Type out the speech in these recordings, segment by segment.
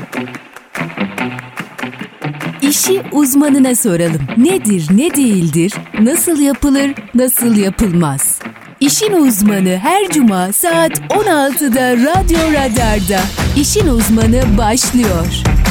İşi uzmanına soralım. Nedir, ne değildir, nasıl yapılır, nasıl yapılmaz? İşin uzmanı her cuma saat 16'da Radyo Radar'da. İşin uzmanı başlıyor.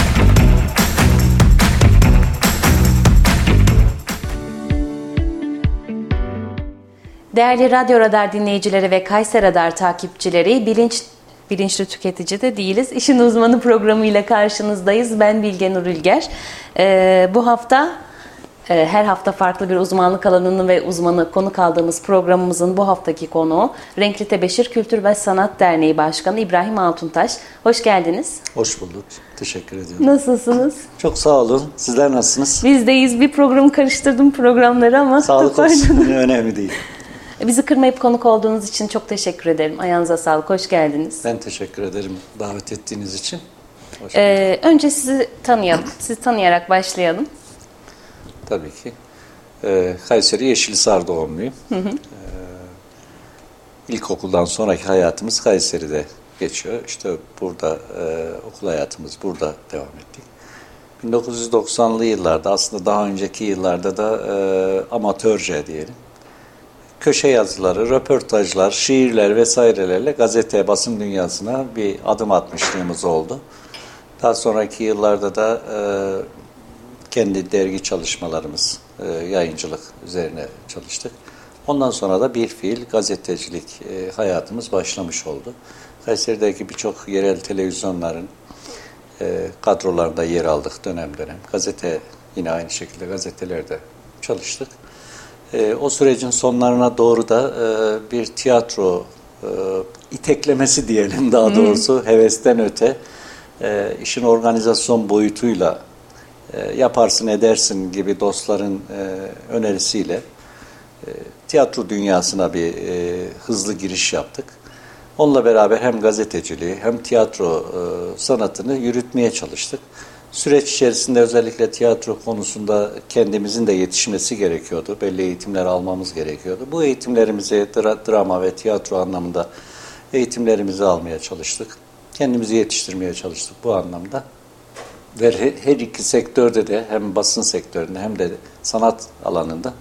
Değerli Radyo Radar dinleyicileri ve Kayseri Radar takipçileri, bilinçli tüketici de değiliz. İşin uzmanı programıyla karşınızdayız. Ben Bilge Nur Ülger. Bu hafta her hafta farklı bir uzmanlık alanını ve uzmanı konuk aldığımız programımızın bu haftaki konuğu Renkli Tebeşir Kültür ve Sanat Derneği Başkanı İbrahim Altuntaş. Hoş geldiniz. Hoş bulduk. Teşekkür ediyorum. Nasılsınız? Çok sağ olun. Sizler nasılsınız? Bizdeyiz. Bir programı karıştırdım programları ama. Sağlık olsun. Önemli değil. Bizi kırmayıp konuk olduğunuz için çok teşekkür ederim. Ayağınıza sağlık. Hoş geldiniz. Ben teşekkür ederim davet ettiğiniz için. Önce sizi tanıyalım. Sizi tanıyarak başlayalım. Tabii ki. Kayseri Yeşilhisar doğumluyum. İlkokuldan sonraki hayatımız Kayseri'de geçiyor. İşte burada okul hayatımız burada devam ettik. 1990'lı yıllarda, aslında daha önceki yıllarda da amatörce diyelim, köşe yazıları, röportajlar, şiirler vesairelerle gazete, basın dünyasına bir adım atmışlığımız oldu. Daha sonraki yıllarda da kendi dergi çalışmalarımız, yayıncılık üzerine çalıştık. Ondan sonra da bir fiil gazetecilik hayatımız başlamış oldu. Kayseri'deki birçok yerel televizyonların kadrolarında yer aldık dönem dönem. Gazete, yine aynı şekilde gazetelerde çalıştık. O sürecin sonlarına doğru da bir tiyatro iteklemesi diyelim, daha doğrusu hevesten öte işin organizasyon boyutuyla yaparsın edersin gibi dostların önerisiyle tiyatro dünyasına bir hızlı giriş yaptık. Onunla beraber hem gazeteciliği hem tiyatro sanatını yürütmeye çalıştık. Süreç içerisinde özellikle tiyatro konusunda kendimizin de yetişmesi gerekiyordu. Belli eğitimler almamız gerekiyordu. Bu eğitimlerimizi drama ve tiyatro anlamında eğitimlerimizi almaya çalıştık. Kendimizi yetiştirmeye çalıştık bu anlamda. Ve her iki sektörde de, hem basın sektöründe hem de sanat alanında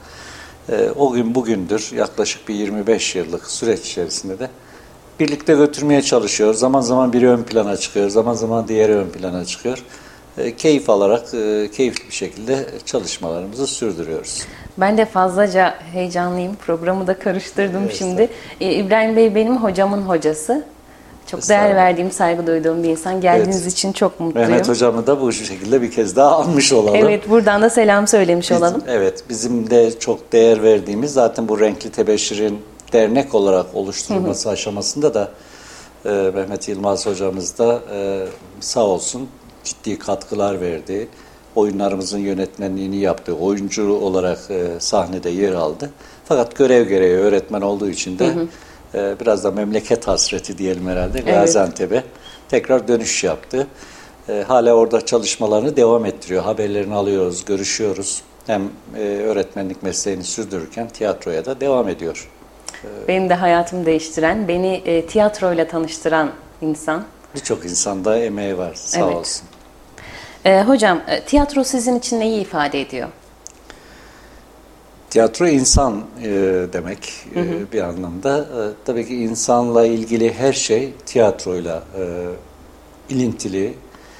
o gün bugündür yaklaşık bir 25 yıllık süreç içerisinde de birlikte götürmeye çalışıyor. Zaman zaman biri ön plana çıkıyor, zaman zaman diğeri ön plana çıkıyor. Keyif alarak, keyifli bir şekilde çalışmalarımızı sürdürüyoruz. Ben de fazlaca heyecanlıyım. Programı da karıştırdım şimdi. İbrahim Bey benim hocamın hocası. Çok değer verdiğim, saygı duyduğum bir insan. Geldiğiniz için çok mutluyum. Mehmet Hocam'ı da bu şekilde bir kez daha almış olalım. Evet, buradan da selam söylemiş olalım. Evet, bizim de çok değer verdiğimiz, zaten bu Renkli Tebeşir'in dernek olarak oluşturulması aşamasında da Mehmet Yılmaz Hocamız da sağ olsun ciddi katkılar verdi. Oyunlarımızın yönetmenliğini yaptı. Oyuncu olarak sahnede yer aldı. Fakat görev gereği öğretmen olduğu için de biraz da memleket hasreti diyelim herhalde. Evet. Gaziantep'e tekrar dönüş yaptı. Hala orada çalışmalarını devam ettiriyor. Haberlerini alıyoruz, görüşüyoruz. Hem öğretmenlik mesleğini sürdürürken tiyatroya da devam ediyor. Benim de hayatımı değiştiren, beni tiyatroyla tanıştıran insan. Birçok insanda emeği var. Sağ olsun. Hocam, tiyatro sizin için neyi ifade ediyor? Tiyatro insan demek bir anlamda. Tabii ki insanla ilgili her şey tiyatroyla ilintili.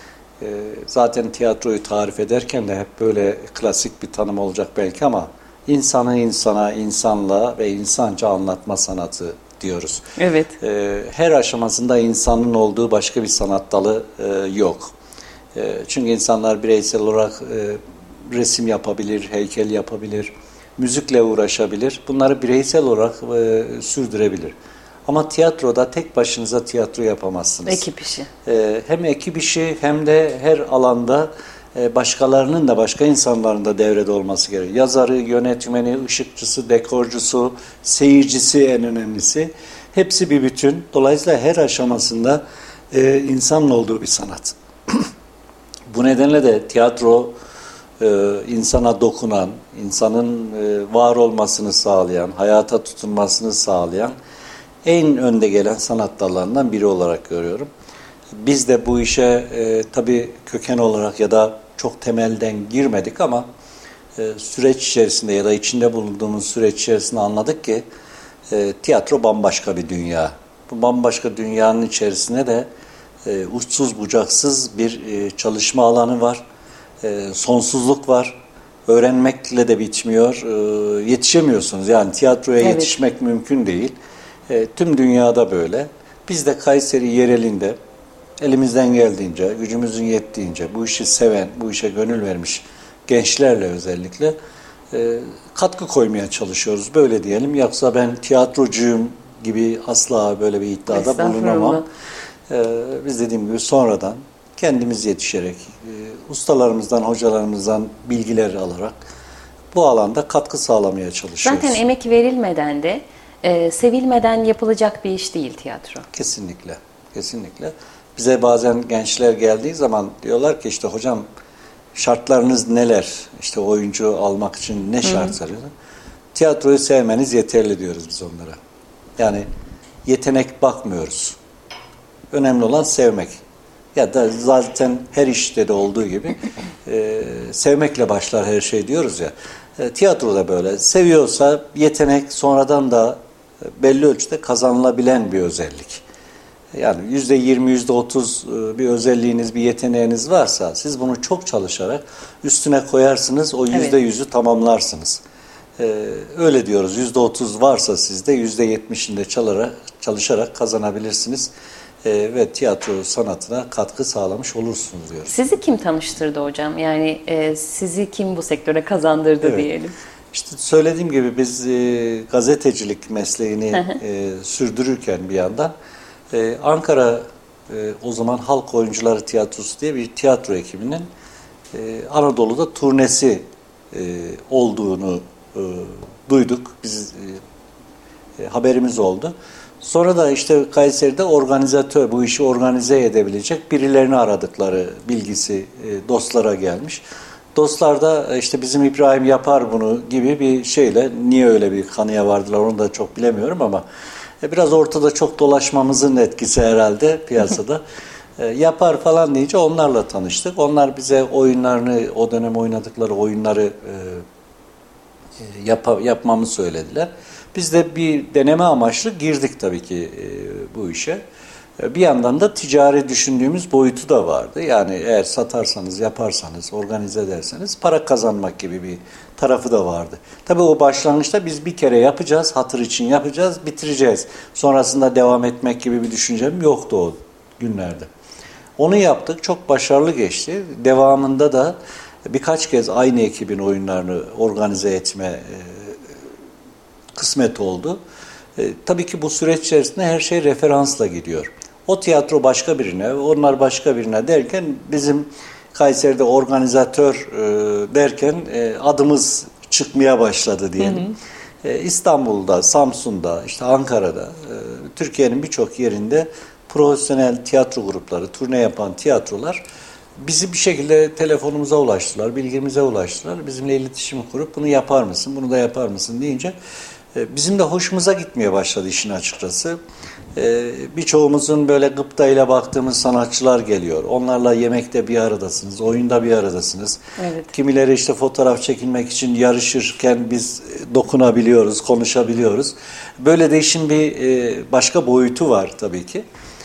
Zaten tiyatroyu tarif ederken de hep böyle klasik bir tanım olacak belki ama insanı insana, insanla ve insanca anlatma sanatı diyoruz. Evet. Her aşamasında insanın olduğu başka bir sanat dalı yok. Çünkü insanlar bireysel olarak resim yapabilir, heykel yapabilir, müzikle uğraşabilir. Bunları bireysel olarak sürdürebilir. Ama tiyatroda tek başınıza tiyatro yapamazsınız. Ekip işi. Hem ekip işi hem de her alanda başkalarının da, başka insanların da devrede olması gerekiyor. Yazarı, yönetmeni, ışıkçısı, dekorcusu, seyircisi en önemlisi. Hepsi bir bütün. Dolayısıyla her aşamasında insanın olduğu bir sanat. Bu nedenle de tiyatro insana dokunan, insanın var olmasını sağlayan, hayata tutunmasını sağlayan en önde gelen sanat dallarından biri olarak görüyorum. Biz de bu işe tabii köken olarak ya da çok temelden girmedik ama süreç içerisinde ya da içinde bulunduğumuz süreç içerisinde anladık ki tiyatro bambaşka bir dünya. Bu bambaşka dünyanın içerisinde de uçsuz bucaksız bir çalışma alanı var, sonsuzluk var. Öğrenmekle de bitmiyor, yetişemiyorsunuz. Yani tiyatroya Evet. yetişmek mümkün değil. Tüm dünyada böyle. Biz de Kayseri yerelinde elimizden geldiğince, gücümüzün yettiğince bu işi seven, bu işe gönül vermiş gençlerle özellikle katkı koymaya çalışıyoruz. Böyle diyelim. Yoksa ben tiyatrocuyum gibi asla böyle bir iddiada bulunamam. Biz dediğim gibi sonradan kendimiz yetişerek, ustalarımızdan, hocalarımızdan bilgiler alarak bu alanda katkı sağlamaya çalışıyoruz. Zaten emek verilmeden de sevilmeden yapılacak bir iş değil tiyatro. Kesinlikle, kesinlikle. Bize bazen gençler geldiği zaman diyorlar ki işte hocam şartlarınız neler? İşte oyuncu almak için ne şart arıyorlar? Tiyatroyu sevmeniz yeterli diyoruz biz onlara. Yani yetenek bakmıyoruz. Önemli olan sevmek. Ya da zaten her işte de olduğu gibi sevmekle başlar her şey diyoruz ya. Tiyatroda böyle. Seviyorsa yetenek sonradan da belli ölçüde kazanılabilen bir özellik. Yani %20, %30 bir özelliğiniz, bir yeteneğiniz varsa siz bunu çok çalışarak üstüne koyarsınız, o %100'ü tamamlarsınız. Öyle diyoruz. %30 varsa sizde %70'inde çalışarak kazanabilirsiniz. Ve tiyatro sanatına katkı sağlamış olursunuz diyoruz. Sizi kim tanıştırdı hocam? Yani sizi kim bu sektöre kazandırdı diyelim? İşte söylediğim gibi biz gazetecilik mesleğini sürdürürken bir yandan Ankara o zaman Halk Oyuncuları Tiyatrosu diye bir tiyatro ekibinin Anadolu'da turnesi olduğunu duyduk. Biz haberimiz oldu. Sonra da işte Kayseri'de organizatör, bu işi organize edebilecek birilerini aradıkları bilgisi dostlara gelmiş. Dostlar da işte bizim İbrahim yapar bunu gibi bir şeyle, niye öyle bir kanıya vardılar onu da çok bilemiyorum ama biraz ortada çok dolaşmamızın etkisi herhalde piyasada. Yapar falan deyince onlarla tanıştık. Onlar bize oyunlarını, o dönem oynadıkları oyunları yapmamı söylediler. Biz de bir deneme amaçlı girdik tabii ki bu işe. Bir yandan da ticari düşündüğümüz boyutu da vardı. Yani eğer satarsanız, yaparsanız, organize ederseniz para kazanmak gibi bir tarafı da vardı. Tabii o başlangıçta biz bir kere yapacağız, hatır için yapacağız, bitireceğiz. Sonrasında devam etmek gibi bir düşüncem yoktu o günlerde. Onu yaptık, çok başarılı geçti. Devamında da birkaç kez aynı ekibin oyunlarını organize etme kısmet oldu. Tabii ki bu süreç içerisinde her şey referansla gidiyor. O tiyatro başka birine, onlar başka birine derken bizim Kayseri'de organizatör derken adımız çıkmaya başladı diyelim. İstanbul'da, Samsun'da, işte Ankara'da, Türkiye'nin birçok yerinde profesyonel tiyatro grupları, turne yapan tiyatrolar bizi bir şekilde telefonumuza ulaştılar, bilgimize ulaştılar. Bizimle iletişim kurup bunu yapar mısın, bunu da yapar mısın deyince bizim de hoşumuza gitmeye başladı işin açıkçası. Birçoğumuzun böyle gıptayla baktığımız sanatçılar geliyor. Onlarla yemekte bir aradasınız, oyunda bir aradasınız. Evet. Kimileri işte fotoğraf çekilmek için yarışırken biz dokunabiliyoruz, konuşabiliyoruz. Böyle de işin bir başka boyutu var tabii ki.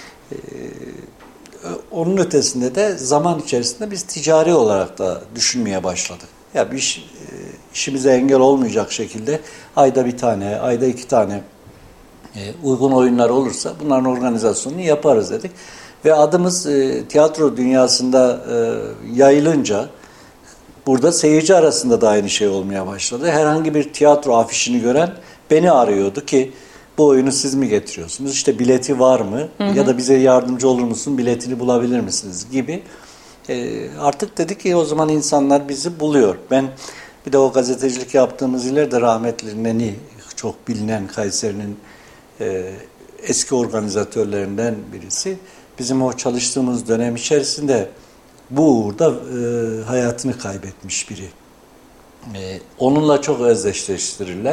Onun ötesinde de zaman içerisinde biz ticari olarak da düşünmeye başladık. Ya bir işimize engel olmayacak şekilde ayda bir tane, ayda iki tane uygun oyunlar olursa bunların organizasyonunu yaparız dedik. Ve adımız tiyatro dünyasında yayılınca burada seyirci arasında da aynı şey olmaya başladı. Herhangi bir tiyatro afişini gören beni arıyordu ki bu oyunu siz mi getiriyorsunuz? İşte bileti var mı? Ya da bize yardımcı olur musun? Biletini bulabilir misiniz? Gibi. Artık dedik ki o zaman insanlar bizi buluyor. Ben bir de o gazetecilik yaptığımız ileride rahmetli Neni, çok bilinen Kayseri'nin eski organizatörlerinden birisi. Bizim o çalıştığımız dönem içerisinde bu uğurda hayatını kaybetmiş biri. Onunla çok özdeşleştirirler.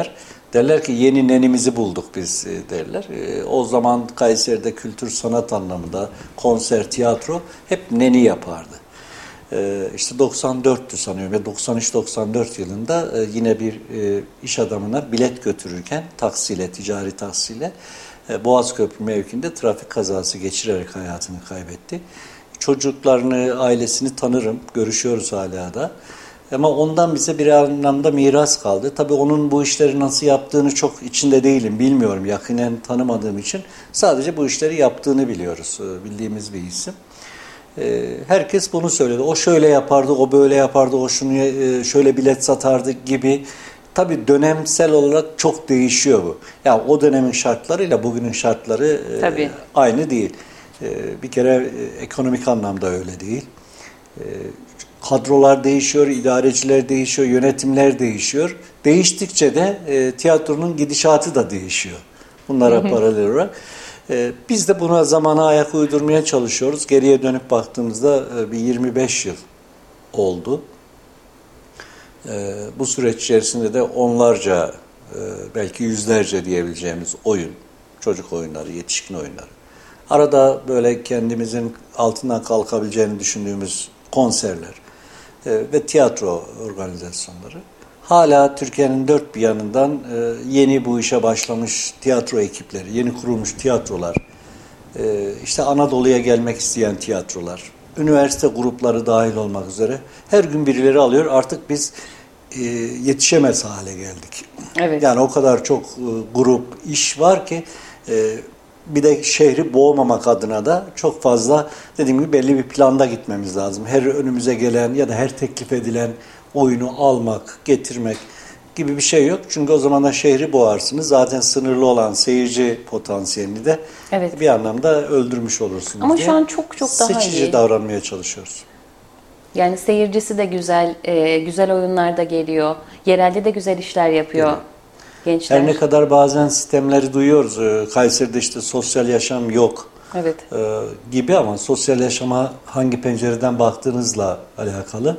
Derler ki yeni nenimizi bulduk biz derler. O zaman Kayseri'de kültür sanat anlamında konser, tiyatro hep neni yapardı. İşte 94'tü sanıyorum ve 93-94 yılında yine bir iş adamına bilet götürürken taksiyle, ticari taksiyle Boğazköprü mevkinde trafik kazası geçirerek hayatını kaybetti. Çocuklarını, ailesini tanırım, görüşüyoruz hala da. Ama ondan bize bir anlamda miras kaldı. Tabii onun bu işleri nasıl yaptığını çok içinde değilim, bilmiyorum. Yakinen tanımadığım için sadece bu işleri yaptığını biliyoruz, bildiğimiz bir isim. Herkes bunu söyledi. O şöyle yapardı, o böyle yapardı, o şunu şöyle bilet satardı gibi. Tabii dönemsel olarak çok değişiyor bu. Yani o dönemin şartlarıyla bugünün şartları aynı değil. Bir kere ekonomik anlamda öyle değil. Kadrolar değişiyor, idareciler değişiyor, yönetimler değişiyor. Değiştikçe de tiyatronun gidişatı da değişiyor. Bunlara paralel olarak. Biz de buna zamana ayak uydurmaya çalışıyoruz. Geriye dönüp baktığımızda bir 25 yıl oldu. Bu süreç içerisinde de onlarca, belki yüzlerce diyebileceğimiz oyun, çocuk oyunları, yetişkin oyunları. Arada böyle kendimizin altından kalkabileceğini düşündüğümüz konserler ve tiyatro organizasyonları. Hala Türkiye'nin dört bir yanından yeni bu işe başlamış tiyatro ekipleri, yeni kurulmuş tiyatrolar, işte Anadolu'ya gelmek isteyen tiyatrolar, üniversite grupları dahil olmak üzere her gün birileri alıyor. Artık biz yetişemez hale geldik. Evet. Yani o kadar çok grup, iş var ki bir de şehri boğmamak adına da çok fazla dediğim gibi belli bir planda gitmemiz lazım. Her önümüze gelen ya da her teklif edilen oyunu almak, getirmek gibi bir şey yok. Çünkü o zaman da şehri boğarsınız. Zaten sınırlı olan seyirci potansiyelini de bir anlamda öldürmüş olursunuz. Ama şu an çok daha iyi. Seçici davranmaya çalışıyoruz. Yani seyircisi de güzel, güzel oyunlar da geliyor. Yerelde de güzel işler yapıyor. Evet. Gençler. Her ne kadar bazen sistemleri duyuyoruz. Kayseri'de işte sosyal yaşam yok gibi ama sosyal yaşama hangi pencereden baktığınızla alakalı.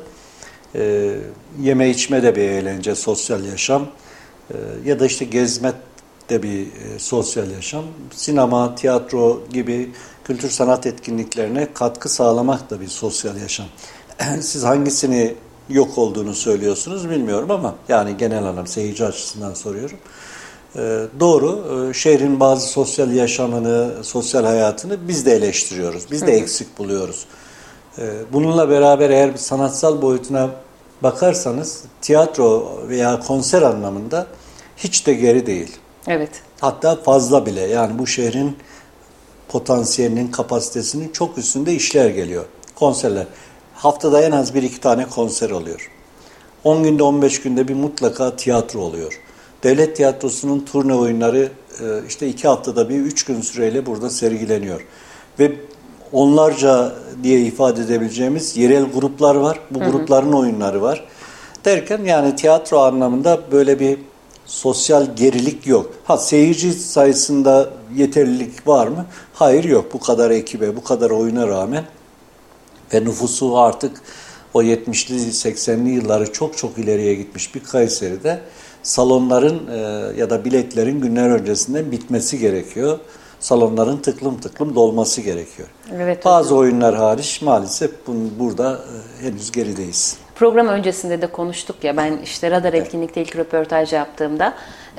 Yeme içme de bir eğlence, sosyal yaşam. Ya da işte gezmek de bir sosyal yaşam. Sinema, tiyatro gibi kültür sanat etkinliklerine katkı sağlamak da bir sosyal yaşam. Siz hangisini yok olduğunu söylüyorsunuz bilmiyorum ama yani genel anlamda seyirci açısından soruyorum. Doğru, şehrin bazı sosyal yaşamını, sosyal hayatını biz de eleştiriyoruz. Biz de eksik buluyoruz. Bununla beraber eğer bir sanatsal boyutuna bakarsanız tiyatro veya konser anlamında hiç de geri değil. Evet. Hatta fazla bile. Yani bu şehrin potansiyelinin, kapasitesinin çok üstünde işler geliyor. Konserler. Haftada en az 1-2 tane konser oluyor. 10 günde 15 günde bir mutlaka tiyatro oluyor. Devlet tiyatrosunun turne oyunları işte 2 haftada bir 3 gün süreyle burada sergileniyor. Ve onlarca diye ifade edebileceğimiz yerel gruplar var. Bu grupların oyunları var. Derken yani tiyatro anlamında böyle bir sosyal gerilik yok. Seyirci sayısında yeterlilik var mı? Hayır, yok. Bu kadar ekibe, bu kadar oyuna rağmen ve nüfusu artık o 70'li 80'li yılları çok ileriye gitmiş bir Kayseri'de salonların ya da biletlerin günler öncesinden bitmesi gerekiyor. Salonların tıklım dolması gerekiyor. Evet, bazı oyunlar hariç maalesef burada henüz gerideyiz. Program öncesinde de konuştuk ya, ben işte Radar Etkinlik'te ilk röportaj yaptığımda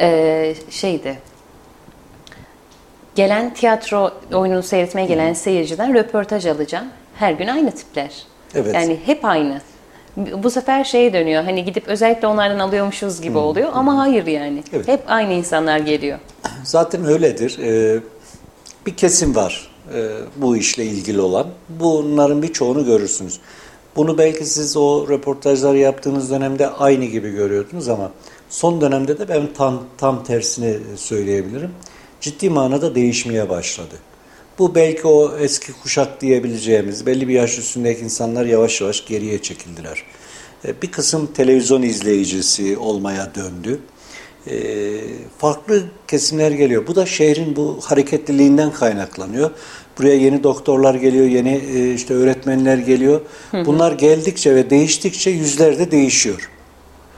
gelen tiyatro oyununu seyretmeye gelen seyirciden röportaj alacağım. Her gün aynı tipler. Evet. Yani hep aynı. Bu sefer şeye dönüyor. Hani gidip özellikle onlardan alıyormuşuz gibi oluyor ama hayır yani. Evet. Hep aynı insanlar geliyor. Zaten öyledir. Bir kesim var bu işle ilgili olan. Bunların birçoğunu görürsünüz. Bunu belki siz o röportajları yaptığınız dönemde aynı gibi görüyordunuz ama son dönemde de ben tam tersini söyleyebilirim. Ciddi manada değişmeye başladı. Bu belki o eski kuşak diyebileceğimiz belli bir yaş üstündeki insanlar yavaş yavaş geriye çekildiler. Bir kısım televizyon izleyicisi olmaya döndü. Farklı kesimler geliyor. Bu da şehrin bu hareketliliğinden kaynaklanıyor. Buraya yeni doktorlar geliyor, yeni işte öğretmenler geliyor. Bunlar geldikçe ve değiştikçe yüzler de değişiyor.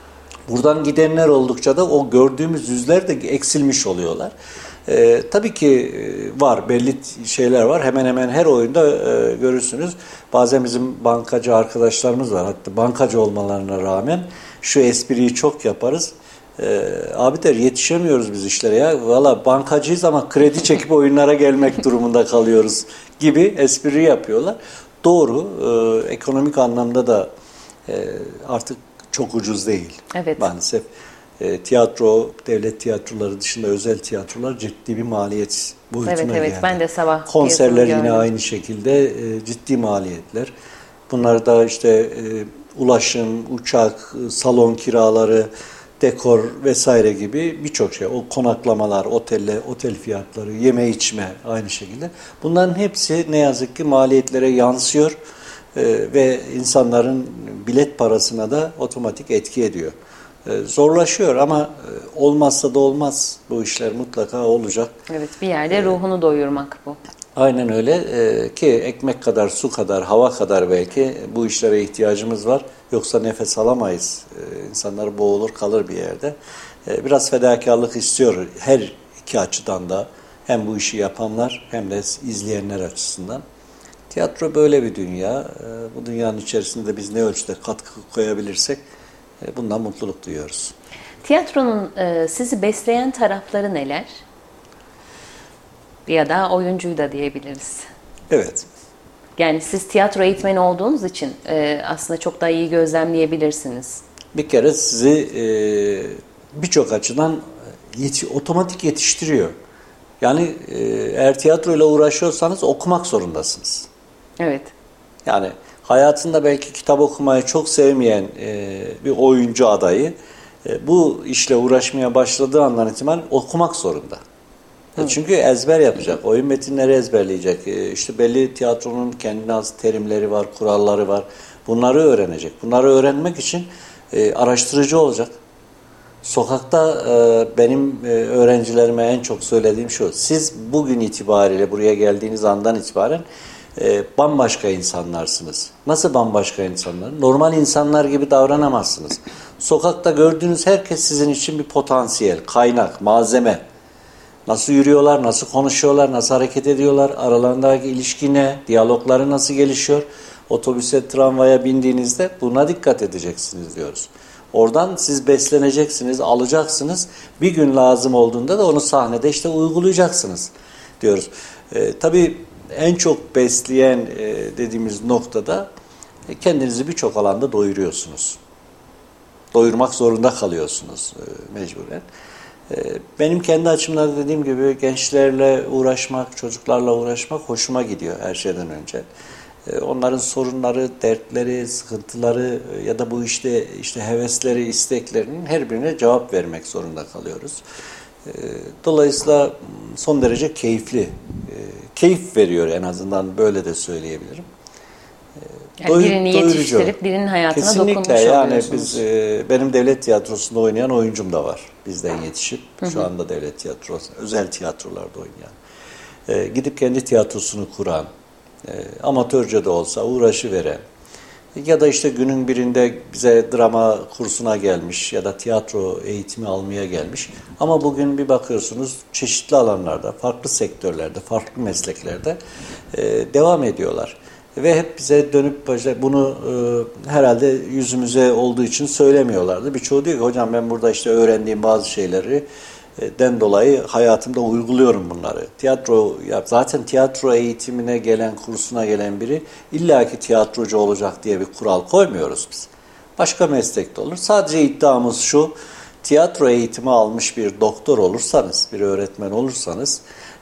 Buradan gidenler oldukça da o gördüğümüz yüzler de eksilmiş oluyorlar. Tabii ki var, belli şeyler var. Hemen hemen her oyunda görürsünüz. Bazen bizim bankacı arkadaşlarımız var. Hatta bankacı olmalarına rağmen şu espriyi çok yaparız. Abi der, yetişemiyoruz biz işlere ya. Valla bankacıyız ama kredi çekip oyunlara gelmek durumunda kalıyoruz gibi espri yapıyorlar. Doğru, ekonomik anlamda da artık çok ucuz değil. Evet. Maalesef tiyatro, devlet tiyatroları dışında özel tiyatrolar ciddi bir maliyet boyutuna geldi. Evet, ben de sabah konserler yine aynı şekilde ciddi maliyetler. Bunlar da işte ulaşım, uçak, salon kiraları, dekor vesaire gibi birçok şey. O konaklamalar, otel fiyatları, yeme içme aynı şekilde. Bunların hepsi ne yazık ki maliyetlere yansıyor ve insanların bilet parasına da otomatik etki ediyor. Zorlaşıyor ama olmazsa da olmaz. Bu işler mutlaka olacak. Evet, bir yerde ruhunu doyurmak bu. Aynen öyle ki ekmek kadar, su kadar, hava kadar belki bu işlere ihtiyacımız var. Yoksa nefes alamayız. İnsanlar boğulur kalır bir yerde. Biraz fedakarlık istiyor her iki açıdan da. Hem bu işi yapanlar hem de izleyenler açısından. Tiyatro böyle bir dünya. Bu dünyanın içerisinde de biz ne ölçüde katkı koyabilirsek bundan mutluluk duyuyoruz. Tiyatronun sizi besleyen tarafları neler? Ya da oyuncuyu da diyebiliriz. Evet. Yani siz tiyatro eğitmeni olduğunuz için aslında çok daha iyi gözlemleyebilirsiniz. Bir kere sizi birçok açıdan otomatik yetiştiriyor. Yani eğer tiyatroyla uğraşıyorsanız okumak zorundasınız. Evet. Yani hayatında belki kitap okumayı çok sevmeyen bir oyuncu adayı bu işle uğraşmaya başladığı andan itibaren okumak zorunda. Çünkü ezber yapacak, oyun metinleri ezberleyecek. İşte belli tiyatronun kendine has terimleri var, kuralları var. Bunları öğrenecek. Bunları öğrenmek için araştırıcı olacak. Sokakta benim öğrencilerime en çok söylediğim şu: siz bugün itibariyle buraya geldiğiniz andan itibaren bambaşka insanlarsınız. Nasıl bambaşka insanlar? Normal insanlar gibi davranamazsınız. Sokakta gördüğünüz herkes sizin için bir potansiyel, kaynak, malzeme. Nasıl yürüyorlar, nasıl konuşuyorlar, nasıl hareket ediyorlar, aralarındaki ilişki ne, diyalogları nasıl gelişiyor? Otobüse, tramvaya bindiğinizde buna dikkat edeceksiniz diyoruz. Oradan siz besleneceksiniz, alacaksınız. Bir gün lazım olduğunda da onu sahnede işte uygulayacaksınız diyoruz. Tabii en çok besleyen dediğimiz noktada kendinizi birçok alanda doyuruyorsunuz. Doyurmak zorunda kalıyorsunuz mecburen. Benim kendi açımdan dediğim gibi gençlerle uğraşmak, çocuklarla uğraşmak hoşuma gidiyor her şeyden önce. Onların sorunları, dertleri, sıkıntıları ya da bu işte hevesleri, isteklerinin her birine cevap vermek zorunda kalıyoruz. Dolayısıyla son derece keyifli, keyif veriyor, en azından böyle de söyleyebilirim. Yani birini yetiştirip birinin hayatına kesinlikle dokunmuş oluyorsunuz. Yani benim devlet tiyatrosunda oynayan oyuncum da var. Bizden yetişip şu anda devlet tiyatrosu, özel tiyatrolarda oynayan. Gidip kendi tiyatrosunu kuran, amatörce de olsa uğraşı veren ya da işte günün birinde bize drama kursuna gelmiş ya da tiyatro eğitimi almaya gelmiş. Ama bugün bir bakıyorsunuz çeşitli alanlarda, farklı sektörlerde, farklı mesleklerde devam ediyorlar. Ve hep bize dönüp bunu herhalde yüzümüze olduğu için söylemiyorlardı. Birçoğu diyor ki hocam ben burada işte öğrendiğim bazı şeyleri den dolayı hayatımda uyguluyorum bunları. Zaten tiyatro eğitimine gelen, kursuna gelen biri illaki tiyatrocu olacak diye bir kural koymuyoruz biz. Başka meslekte olur. Sadece iddiamız şu: tiyatro eğitimi almış bir doktor olursanız, bir öğretmen olursanız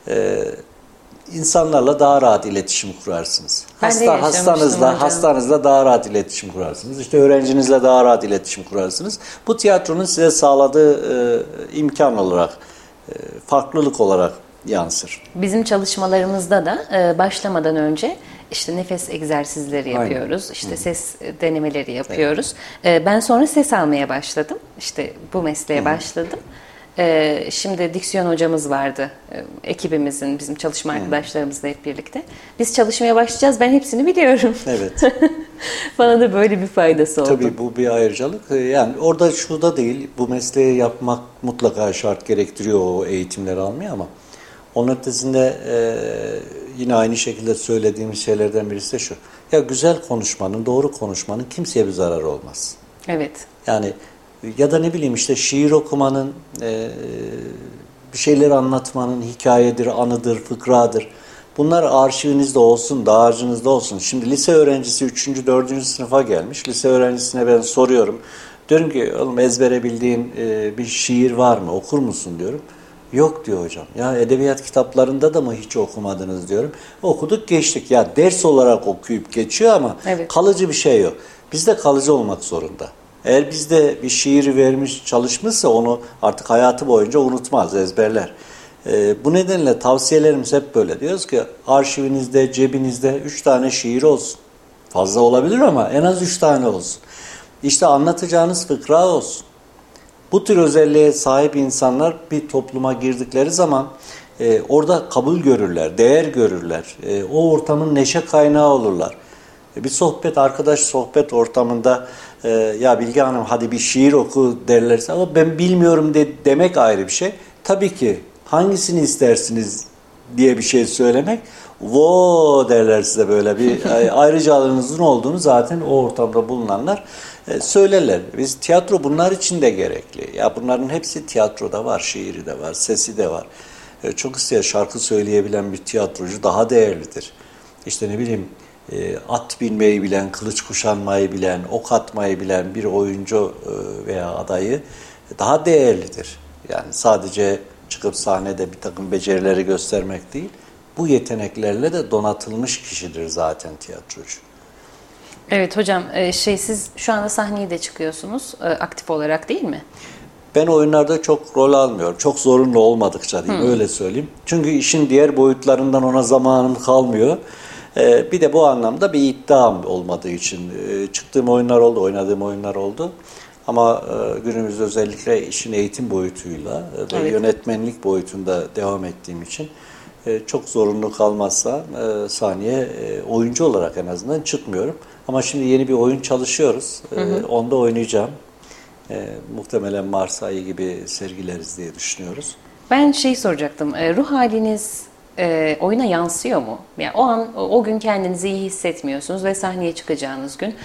insanlarla daha rahat iletişim kurarsınız. Hastanızla daha rahat iletişim kurarsınız. İşte öğrencinizle daha rahat iletişim kurarsınız. Bu tiyatronun size sağladığı imkan olarak, farklılık olarak yansır. Bizim çalışmalarımızda da başlamadan önce işte nefes egzersizleri yapıyoruz. Aynen. İşte ses denemeleri yapıyoruz. Evet. Ben sonra ses almaya başladım. İşte bu mesleğe başladım. Şimdi diksiyon hocamız vardı, ekibimizin, bizim çalışma arkadaşlarımızla hep birlikte. Biz çalışmaya başlayacağız, ben hepsini biliyorum. Evet. Bana da böyle bir faydası oldu. Tabii bu bir ayrıcalık. Yani orada şu da değil, bu mesleği yapmak mutlaka şart gerektiriyor o eğitimleri almayı ama onun ötesinde yine aynı şekilde söylediğimiz şeylerden birisi de şu. Ya güzel konuşmanın, doğru konuşmanın kimseye bir zararı olmaz. Evet. Yani ya da ne bileyim işte şiir okumanın, bir şeyleri anlatmanın hikayedir, anıdır, fıkradır. Bunlar arşivinizde olsun, dağarcığınızda olsun. Şimdi lise öğrencisi 3. 4. sınıfa gelmiş. Lise öğrencisine ben soruyorum. Diyorum ki oğlum ezbere bildiğin bir şiir var mı? Okur musun diyorum. Yok diyor hocam. Ya edebiyat kitaplarında da mı hiç okumadınız diyorum. Okuduk geçtik. Ya ders olarak okuyup geçiyor ama evet, kalıcı bir şey yok. Bizde kalıcı olmak zorunda. Eğer bizde bir şiiri vermiş, çalışmışsa onu artık hayatı boyunca unutmaz, ezberler. Bu nedenle tavsiyelerimiz hep böyle. Diyoruz ki arşivinizde, cebinizde 3 tane şiir olsun. Fazla olabilir ama en az 3 tane olsun. İşte anlatacağınız fıkra olsun. Bu tür özelliğe sahip insanlar bir topluma girdikleri zaman orada kabul görürler, değer görürler. O ortamın neşe kaynağı olurlar. Bir sohbet, arkadaş sohbet ortamında ya Bilge Hanım hadi bir şiir oku derlerse ama ben bilmiyorum demek ayrı bir şey. Tabii ki hangisini istersiniz diye bir şey söylemek, vo derler size böyle bir ayrıcalığınızın olduğunu zaten o ortamda bulunanlar söylerler. Biz tiyatro bunlar için de gerekli. Ya bunların hepsi tiyatroda var, şiiri de var, sesi de var. Çok isteyen şarkı söyleyebilen bir tiyatrocu daha değerlidir. İşte ne bileyim at binmeyi bilen, kılıç kuşanmayı bilen, ok atmayı bilen bir oyuncu veya adayı daha değerlidir. Yani sadece çıkıp sahnede bir takım becerileri göstermek değil, bu yeteneklerle de donatılmış kişidir zaten tiyatrocu. Evet hocam, siz şu anda sahneye de çıkıyorsunuz aktif olarak değil mi? Ben oyunlarda çok rol almıyorum. Çok zorunlu olmadıkça diyeyim, öyle söyleyeyim. Çünkü işin diğer boyutlarından ona zamanım kalmıyor. Bir de bu anlamda bir iddiam olmadığı için çıktığım oyunlar oldu, oynadığım oyunlar oldu. Ama günümüzde özellikle işin eğitim boyutuyla ve evet, yönetmenlik boyutunda devam ettiğim için çok zorunlu kalmazsa sahneye oyuncu olarak en azından çıkmıyorum. Ama şimdi yeni bir oyun çalışıyoruz. Onda oynayacağım. Muhtemelen Mart ayı gibi sergileriz diye düşünüyoruz. Ben soracaktım. Ruh haliniz oyuna yansıyor mu? Yani o gün kendinizi iyi hissetmiyorsunuz ve sahneye çıkacağınız gün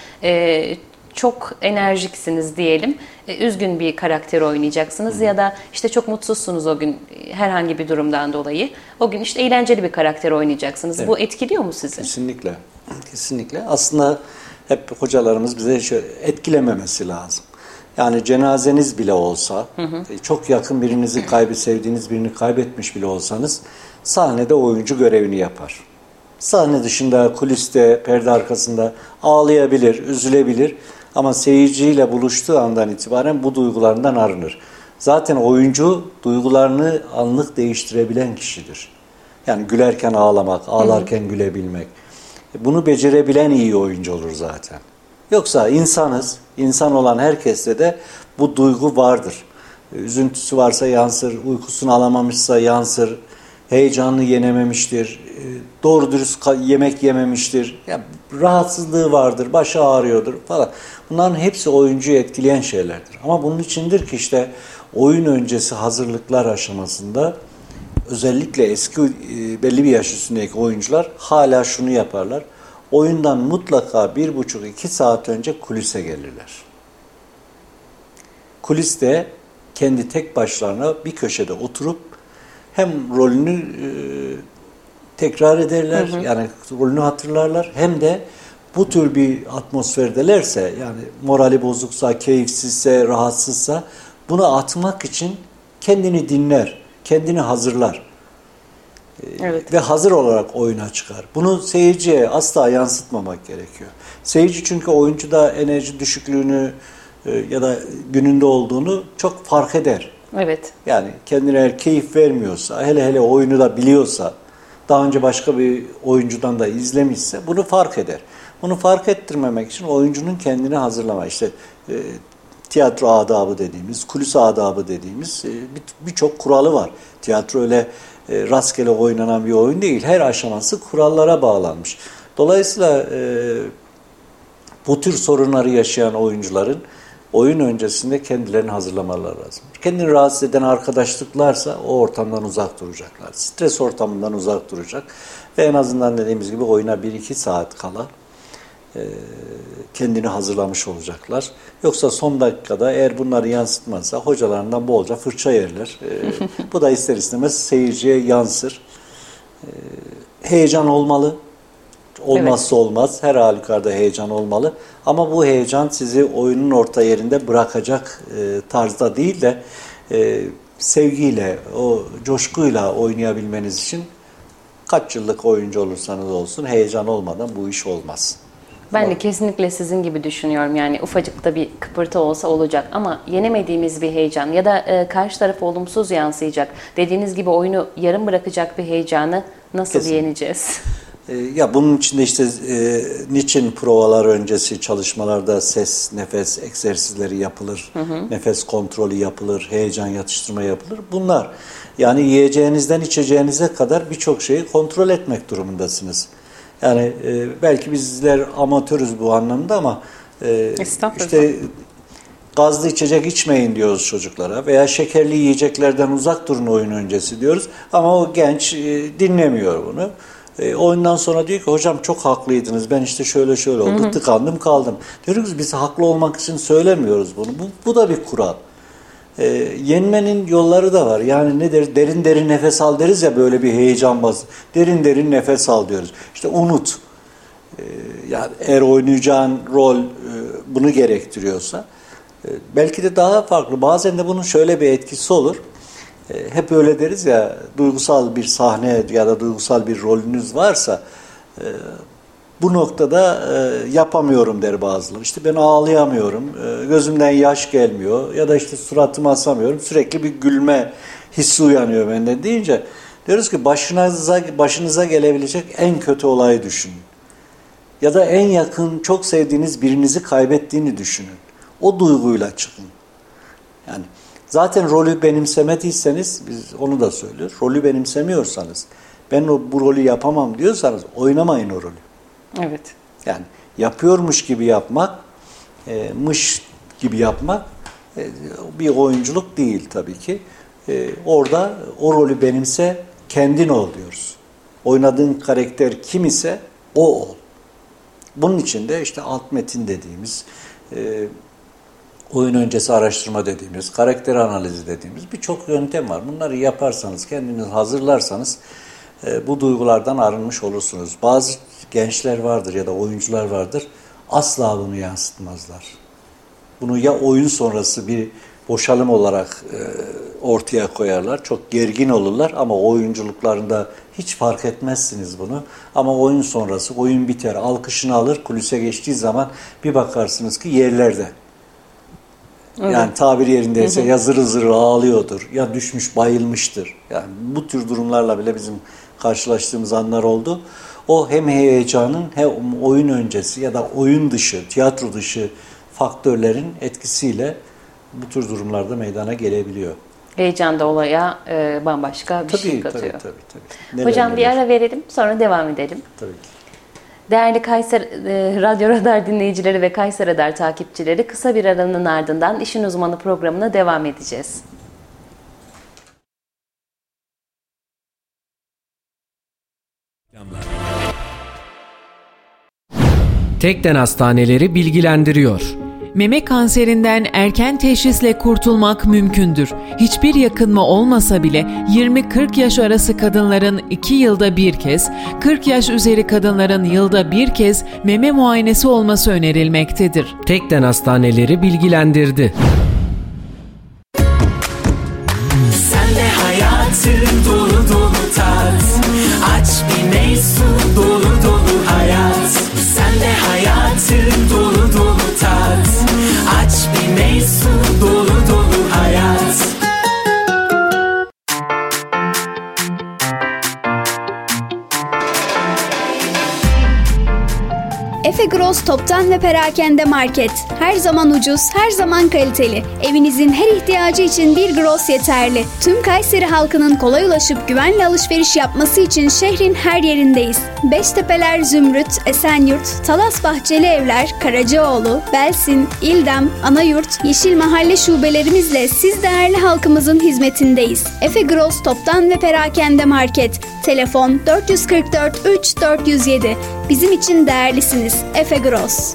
çok enerjiksiniz diyelim. Üzgün bir karakter oynayacaksınız ya da işte çok mutsuzsunuz o gün herhangi bir durumdan dolayı. O gün işte eğlenceli bir karakter oynayacaksınız. Evet. Bu etkiliyor mu sizi? Kesinlikle. Kesinlikle. Aslında hep hocalarımız bize etkilememesi lazım. Yani cenazeniz bile olsa, çok yakın birinizi sevdiğiniz birini kaybetmiş bile olsanız sahnede oyuncu görevini yapar. Sahne dışında, kuliste, perde arkasında ağlayabilir, üzülebilir ama seyirciyle buluştuğu andan itibaren bu duygularından arınır. Zaten oyuncu duygularını anlık değiştirebilen kişidir. Yani gülerken ağlamak, ağlarken gülebilmek. Bunu becerebilen iyi oyuncu olur zaten. Yoksa insanız, insan olan herkeste de bu duygu vardır. Üzüntüsü varsa yansır, uykusunu alamamışsa yansır, heyecanını yenememiştir, doğru dürüst yemek yememiştir, ya, rahatsızlığı vardır, başı ağrıyordur falan. Bunların hepsi oyuncuyu etkileyen şeylerdir. Ama bunun içindir ki işte oyun öncesi hazırlıklar aşamasında özellikle eski belli bir yaş üstündeki oyuncular hala şunu yaparlar. Oyundan mutlaka 1,5-2 saat önce kulise gelirler. Kuliste kendi tek başlarına bir köşede oturup hem rolünü tekrar ederler, yani rolünü hatırlarlar, hem de bu tür bir atmosferdelerse, yani morali bozuksa, keyifsizse, rahatsızsa bunu atmak için kendini dinler, kendini hazırlar. Evet. Ve hazır olarak oyuna çıkar. Bunu seyirciye asla yansıtmamak gerekiyor. Seyirci çünkü oyuncuda enerji düşüklüğünü ya da gününde olduğunu çok fark eder. Evet. Yani kendine eğer keyif vermiyorsa, hele oyunu da biliyorsa, daha önce başka bir oyuncudan da izlemişse bunu fark eder. Bunu fark ettirmemek için oyuncunun kendini hazırlama, işte tiyatro adabı dediğimiz, kulis adabı dediğimiz birçok kuralı var. Tiyatro öyle rastgele oynanan bir oyun değil. Her aşaması kurallara bağlanmış. Dolayısıyla Bu tür sorunları yaşayan oyuncuların oyun öncesinde kendilerini hazırlamaları lazım. Kendini rahatsız eden arkadaşlıklarsa o ortamdan uzak duracaklar. Stres ortamından uzak duracak. Ve en azından dediğimiz gibi oyuna 1-2 saat kala kendini hazırlamış olacaklar. Yoksa son dakikada eğer bunları yansıtmazsa hocalarından bolca fırça yerler. Bu da ister istemez seyirciye yansır. Heyecan olmalı. Olmazsa olmaz. Her halükarda heyecan olmalı. Ama bu heyecan sizi oyunun orta yerinde bırakacak tarzda değil de sevgiyle, o coşkuyla oynayabilmeniz için kaç yıllık oyuncu olursanız olsun heyecan olmadan bu iş olmaz. Ben de kesinlikle sizin gibi düşünüyorum. Yani ufacık da bir kıpırtı olsa olacak ama yenemediğimiz bir heyecan ya da karşı tarafa olumsuz yansıyacak, dediğiniz gibi oyunu yarım bırakacak bir heyecanı nasıl yeneceğiz? Ya bunun için de işte niçin provalar öncesi çalışmalarda ses, nefes egzersizleri yapılır, nefes kontrolü yapılır, heyecan yatıştırma yapılır. Bunlar yani yiyeceğinizden içeceğinize kadar birçok şeyi kontrol etmek durumundasınız. Yani belki bizler amatörüz bu anlamda ama işte gazlı içecek içmeyin diyoruz çocuklara veya şekerli yiyeceklerden uzak durun oyun öncesi diyoruz. Ama o genç dinlemiyor bunu. Oyundan sonra diyor ki hocam çok haklıydınız, ben işte şöyle oldu, tıkandım kaldım. Diyoruz ki biz haklı olmak için söylemiyoruz bunu. Bu da bir kural. Yenmenin yolları da var. Yani ne deriz? Derin derin nefes al deriz ya, böyle bir heyecan bas. Derin derin nefes al diyoruz. İşte unut. Yani eğer oynayacağın rol bunu gerektiriyorsa belki de daha farklı. Bazen de bunun şöyle bir etkisi olur. Hep öyle deriz ya, duygusal bir sahne ya da duygusal bir rolünüz varsa bu noktada yapamıyorum der bazıları. İşte ben ağlayamıyorum, gözümden yaş gelmiyor ya da işte suratımı asamıyorum, sürekli bir gülme hissi uyanıyor bende deyince diyoruz ki başınıza gelebilecek en kötü olayı düşünün. Ya da en yakın, çok sevdiğiniz birinizi kaybettiğini düşünün. O duyguyla çıkın. Yani zaten rolü benimsemediyseniz, biz onu da söylüyoruz, rolü benimsemiyorsanız, ben bu rolü yapamam diyorsanız oynamayın o rolü. Evet. Yani yapıyormuş gibi yapmak, mış gibi yapmak bir oyunculuk değil tabii ki. Orada o rolü benimse, kendin ol diyoruz. Oynadığın karakter kim ise o ol. Bunun için de işte alt metin dediğimiz, oyun öncesi araştırma dediğimiz, karakter analizi dediğimiz birçok yöntem var. Bunları yaparsanız, kendiniz hazırlarsanız bu duygulardan arınmış olursunuz. Bazı gençler vardır ya da oyuncular vardır, asla bunu yansıtmazlar. Bunu ya oyun sonrası bir boşalım olarak ortaya koyarlar, çok gergin olurlar ama oyunculuklarında hiç fark etmezsiniz bunu. Ama oyun sonrası, oyun biter, alkışını alır, kulise geçtiği zaman bir bakarsınız ki yerlerde. Evet. Yani tabir yerindeyse ya zırı zırı ağlıyordur, ya düşmüş bayılmıştır. Yani bu tür durumlarla bile bizim karşılaştığımız anlar oldu. O hem heyecanın hem oyun öncesi ya da oyun dışı, tiyatro dışı faktörlerin etkisiyle bu tür durumlarda meydana gelebiliyor. Heyecan da olaya bambaşka bir şey katıyor. Tabii. Hocam bir ara verelim, sonra devam edelim. Tabii ki. Değerli Kayseri Radyo Radar dinleyicileri ve Kayseri Radar takipçileri, kısa bir aranın ardından İşin Uzmanı programına devam edeceğiz. Tekden Hastaneleri bilgilendiriyor. Meme kanserinden erken teşhisle kurtulmak mümkündür. Hiçbir yakınma olmasa bile 20-40 yaş arası kadınların 2 yılda bir kez, 40 yaş üzeri kadınların yılda bir kez meme muayenesi olması önerilmektedir. Tekden Hastaneleri bilgilendirdi. Sen de hayatın dolu dolu tat, aç bir mevzu dolu dolu hayat. Sen de hayatın dolu dolu tat, aç bir mevzu dolu dolu hayat. Efegros Toptan ve Perakende Market. Her zaman ucuz, her zaman kaliteli. Evinizin her ihtiyacı için bir Gross yeterli. Tüm Kayseri halkının kolay ulaşıp güvenle alışveriş yapması için şehrin her yerindeyiz. Beştepeler Zümrüt, Esenyurt, Talas Bahçeli Evler, Karacaoğlu, Belsin, İldem, Anayurt, Yeşil Mahalle şubelerimizle siz değerli halkımızın hizmetindeyiz. Efe Gross Toptan ve Perakende Market. Telefon 444 3 407. Bizim için değerlisiniz. Efe Gross.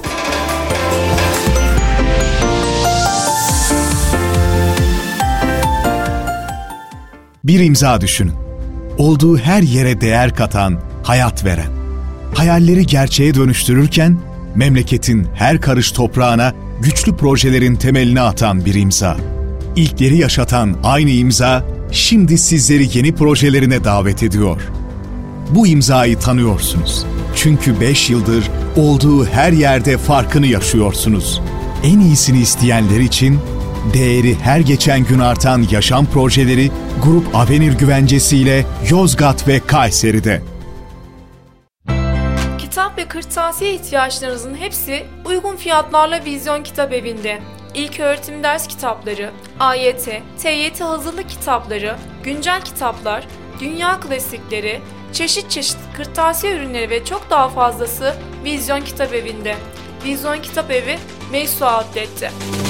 Bir imza düşünün. Olduğu her yere değer katan, hayat veren. Hayalleri gerçeğe dönüştürürken memleketin her karış toprağına güçlü projelerin temelini atan bir imza. İlkleri yaşatan aynı imza şimdi sizleri yeni projelerine davet ediyor. Bu imzayı tanıyorsunuz. Çünkü 5 yıldır olduğu her yerde farkını yaşıyorsunuz. En iyisini isteyenler için değeri her geçen gün artan yaşam projeleri Grup Avenir güvencesiyle Yozgat ve Kayseri'de. Kitap ve kırtasiye ihtiyaçlarınızın hepsi uygun fiyatlarla Vizyon Kitabevi'nde. İlköğretim ders kitapları, AYT, TYT hazırlık kitapları, güncel kitaplar, dünya klasikleri, çeşit çeşit kırtasiye ürünleri ve çok daha fazlası Vizyon Kitabevi'nde. Vizyon Kitabevi, Meysu Outlet'te.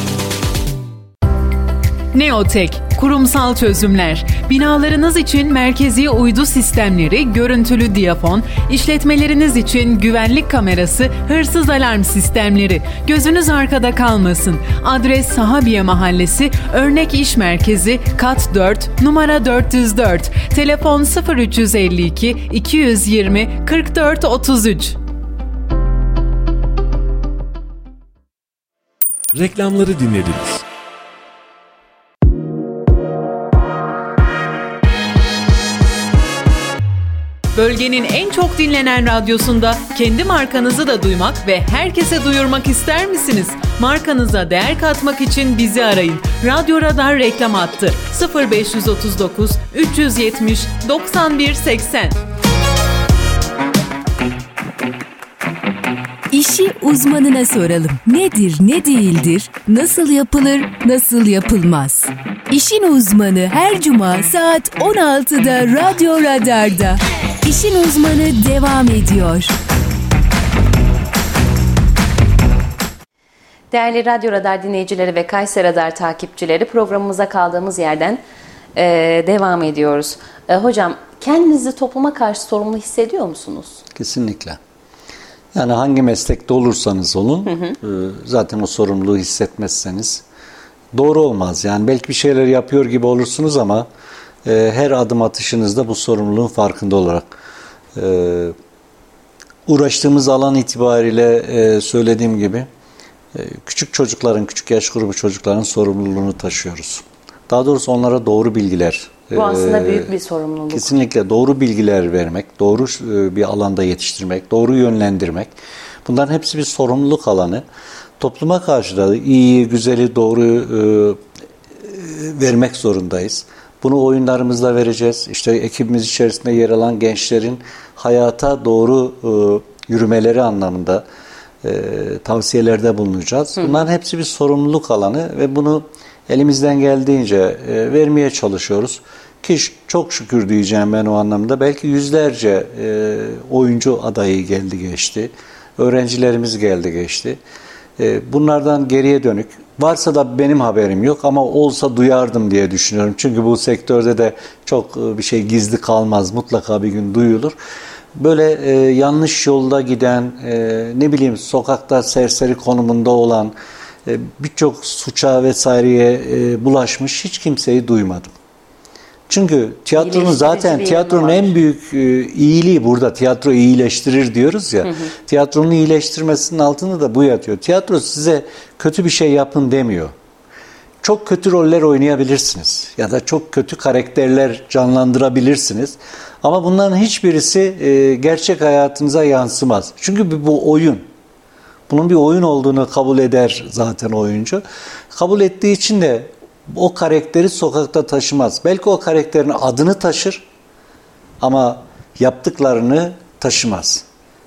Neotek, kurumsal çözümler. Binalarınız için merkezi uydu sistemleri, görüntülü diyafon, işletmeleriniz için güvenlik kamerası, hırsız alarm sistemleri. Gözünüz arkada kalmasın. Adres Sahabiye Mahallesi, Örnek İş Merkezi, Kat 4, numara 404. Telefon 0352 220 44 33. Reklamları dinlediniz. Bölgenin en çok dinlenen radyosunda kendi markanızı da duymak ve herkese duyurmak ister misiniz? Markanıza değer katmak için bizi arayın. Radyo Radar reklam hattı 0539 370 91 80. İşi uzmanına soralım. Nedir, ne değildir, nasıl yapılır, nasıl yapılmaz? İşin uzmanı her cuma saat 16'da Radyo Radar'da. İşin uzmanı devam ediyor. Değerli Radyo Radar dinleyicileri ve Kayseri Radar takipçileri, programımıza kaldığımız yerden devam ediyoruz. Hocam, kendinizi topluma karşı sorumlu hissediyor musunuz? Kesinlikle. Yani hangi meslekte olursanız olun, zaten o sorumluluğu hissetmezseniz doğru olmaz. Yani belki bir şeyler yapıyor gibi olursunuz ama her adım atışınızda bu sorumluluğun farkında olarak uğraştığımız alan itibariyle söylediğim gibi küçük çocukların, küçük yaş grubu çocukların sorumluluğunu taşıyoruz. Daha doğrusu onlara doğru bilgiler. Bu aslında büyük bir sorumluluk. Kesinlikle doğru bilgiler vermek, doğru bir alanda yetiştirmek, doğru yönlendirmek. Bunların hepsi bir sorumluluk alanı. Topluma karşı da iyi, güzeli, doğru vermek zorundayız. Bunu oyunlarımızla vereceğiz. İşte ekibimiz içerisinde yer alan gençlerin hayata doğru yürümeleri anlamında tavsiyelerde bulunacağız. Bunların hepsi bir sorumluluk alanı ve bunu elimizden geldiğince vermeye çalışıyoruz. Ki çok şükür diyeceğim ben o anlamda. Belki yüzlerce oyuncu adayı geldi geçti. Öğrencilerimiz geldi geçti. Bunlardan geriye dönük varsa da benim haberim yok ama olsa duyardım diye düşünüyorum. Çünkü bu sektörde de çok bir şey gizli kalmaz. Mutlaka bir gün duyulur. Böyle yanlış yolda giden, ne bileyim sokakta serseri konumunda olan, birçok suça vesaireye bulaşmış hiç kimseyi duymadım. Çünkü tiyatronun zaten tiyatronun en büyük iyiliği burada. Tiyatro iyileştirir diyoruz ya. Tiyatronun iyileştirmesinin altında da bu yatıyor. Tiyatro size kötü bir şey yapın demiyor. Çok kötü roller oynayabilirsiniz ya da çok kötü karakterler canlandırabilirsiniz. Ama bunların hiçbirisi gerçek hayatınıza yansımaz. Çünkü bu oyun. Bunun bir oyun olduğunu kabul eder zaten oyuncu. Kabul ettiği için de o karakteri sokakta taşımaz. Belki o karakterin adını taşır ama yaptıklarını taşımaz.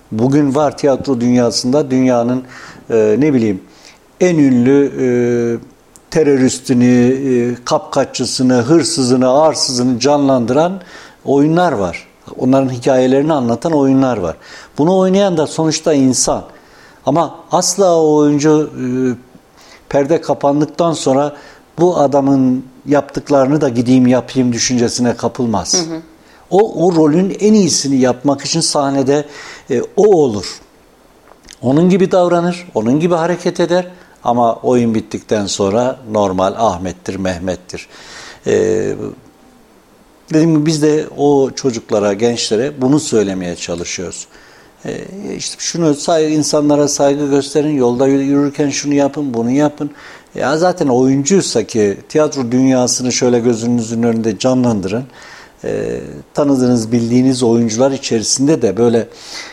Bugün var tiyatro dünyasında dünyanın en ünlü teröristini, kapkaççısını, hırsızını, arsızını canlandıran oyunlar var. Onların hikayelerini anlatan oyunlar var. Bunu oynayan da sonuçta insan. Ama asla o oyuncu perde kapandıktan sonra bu adamın yaptıklarını da gideyim yapayım düşüncesine kapılmaz. O rolün en iyisini yapmak için sahnede o olur. Onun gibi davranır, onun gibi hareket eder ama oyun bittikten sonra normal Ahmet'tir, Mehmet'tir. Dediğim gibi biz de o çocuklara, gençlere bunu söylemeye çalışıyoruz. İşte şunu insanlara saygı gösterin, yolda yürürken şunu yapın, bunu yapın. Ya zaten oyuncuysa ki tiyatro dünyasını şöyle gözünüzün önünde canlandırın. Tanıdığınız, bildiğiniz oyuncular içerisinde de böyle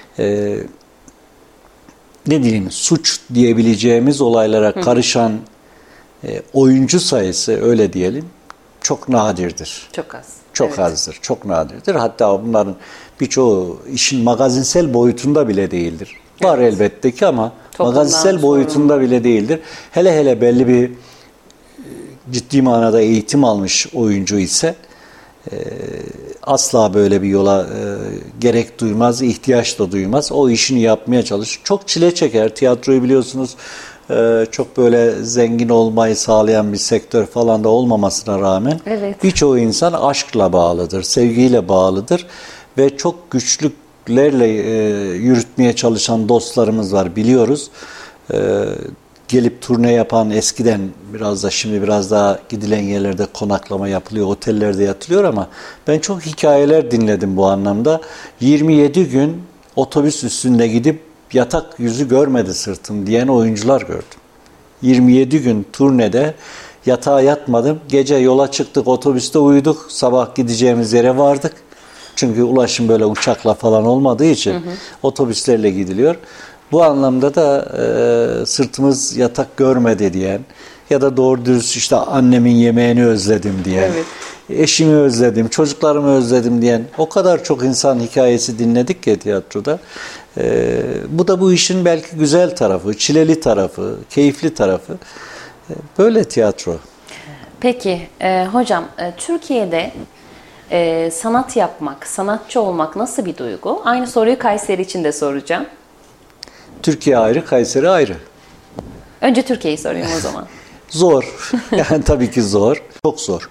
suç diyebileceğimiz olaylara karışan oyuncu sayısı öyle diyelim çok nadirdir. Çok az. Çok azdır, çok nadirdir. Hatta bunların birçoğu işin magazinsel boyutunda bile değildir. Var elbette ki ama magazinsel boyutunda bile değildir. Hele belli bir ciddi manada eğitim almış oyuncu ise asla böyle bir yola gerek duymaz, ihtiyaç da duymaz. O işini yapmaya çalışır. Çok çile çeker. Tiyatroyu biliyorsunuz çok böyle zengin olmayı sağlayan bir sektör falan da olmamasına rağmen birçoğu insan aşkla bağlıdır, sevgiyle bağlıdır ve çok güçlüklerle yürütmeye çalışan dostlarımız var, biliyoruz. Gelip turne yapan eskiden şimdi biraz daha gidilen yerlerde konaklama yapılıyor, otellerde yatılıyor ama ben çok hikayeler dinledim bu anlamda. 27 gün otobüs üstünde gidip yatak yüzü görmedi sırtım diyen oyuncular gördüm. 27 gün turnede yatağa yatmadım. Gece yola çıktık, otobüste uyuduk. Sabah gideceğimiz yere vardık. Çünkü ulaşım böyle uçakla falan olmadığı için otobüslerle gidiliyor. Bu anlamda da sırtımız yatak görmedi diyen ya da doğru dürüst işte annemin yemeğini özledim diyen, eşimi özledim, çocuklarımı özledim diyen o kadar çok insan hikayesi dinledik ki tiyatroda. Bu da bu işin belki güzel tarafı, çileli tarafı, keyifli tarafı. Böyle tiyatro. Peki hocam, Türkiye'de sanat yapmak, sanatçı olmak nasıl bir duygu? Aynı soruyu Kayseri için de soracağım. Türkiye ayrı, Kayseri ayrı. Önce Türkiye'yi sorayım o zaman. Zor. Yani tabii ki zor. Çok zor.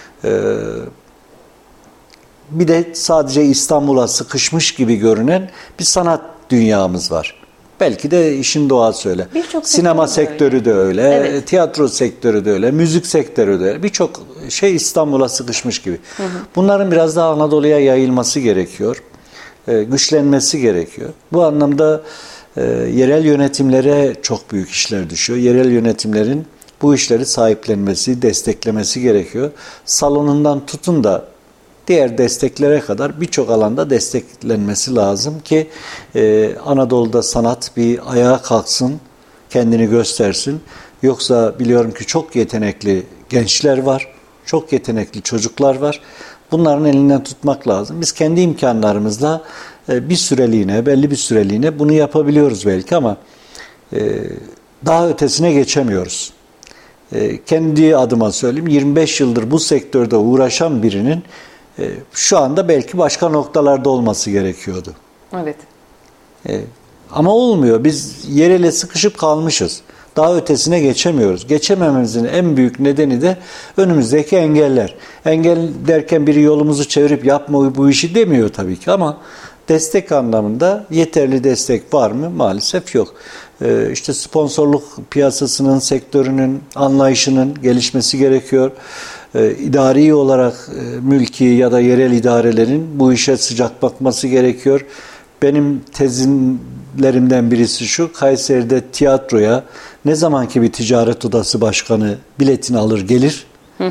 Bir de sadece İstanbul'a sıkışmış gibi görünen bir sanat dünyamız var. Belki de işin doğası öyle. Sinema sektörü de öyle, tiyatro sektörü de öyle, müzik sektörü de öyle. Birçok şey İstanbul'a sıkışmış gibi. Bunların biraz daha Anadolu'ya yayılması gerekiyor. Güçlenmesi gerekiyor. Bu anlamda yerel yönetimlere çok büyük işler düşüyor. Yerel yönetimlerin bu işleri sahiplenmesi, desteklemesi gerekiyor. Salonundan tutun da diğer desteklere kadar birçok alanda desteklenmesi lazım ki Anadolu'da sanat bir ayağa kalksın, kendini göstersin. Yoksa biliyorum ki çok yetenekli gençler var, çok yetenekli çocuklar var. Bunların elinden tutmak lazım. Biz kendi imkanlarımızla bir süreliğine, belli bir süreliğine bunu yapabiliyoruz belki ama daha ötesine geçemiyoruz. Kendi adıma söyleyeyim, 25 yıldır bu sektörde uğraşan birinin şu anda belki başka noktalarda olması gerekiyordu. Evet. Ama olmuyor. Biz yerele sıkışıp kalmışız. Daha ötesine geçemiyoruz. Geçemememizin en büyük nedeni de önümüzdeki engeller. Engel derken biri yolumuzu çevirip yapma bu işi demiyor tabii ki ama destek anlamında yeterli destek var mı? Maalesef yok. İşte sponsorluk piyasasının, sektörünün anlayışının gelişmesi gerekiyor. İdari olarak mülki ya da yerel idarelerin bu işe sıcak bakması gerekiyor. Benim tezlerimden birisi şu: Kayseri'de tiyatroya ne zamanki bir ticaret odası başkanı biletini alır gelir,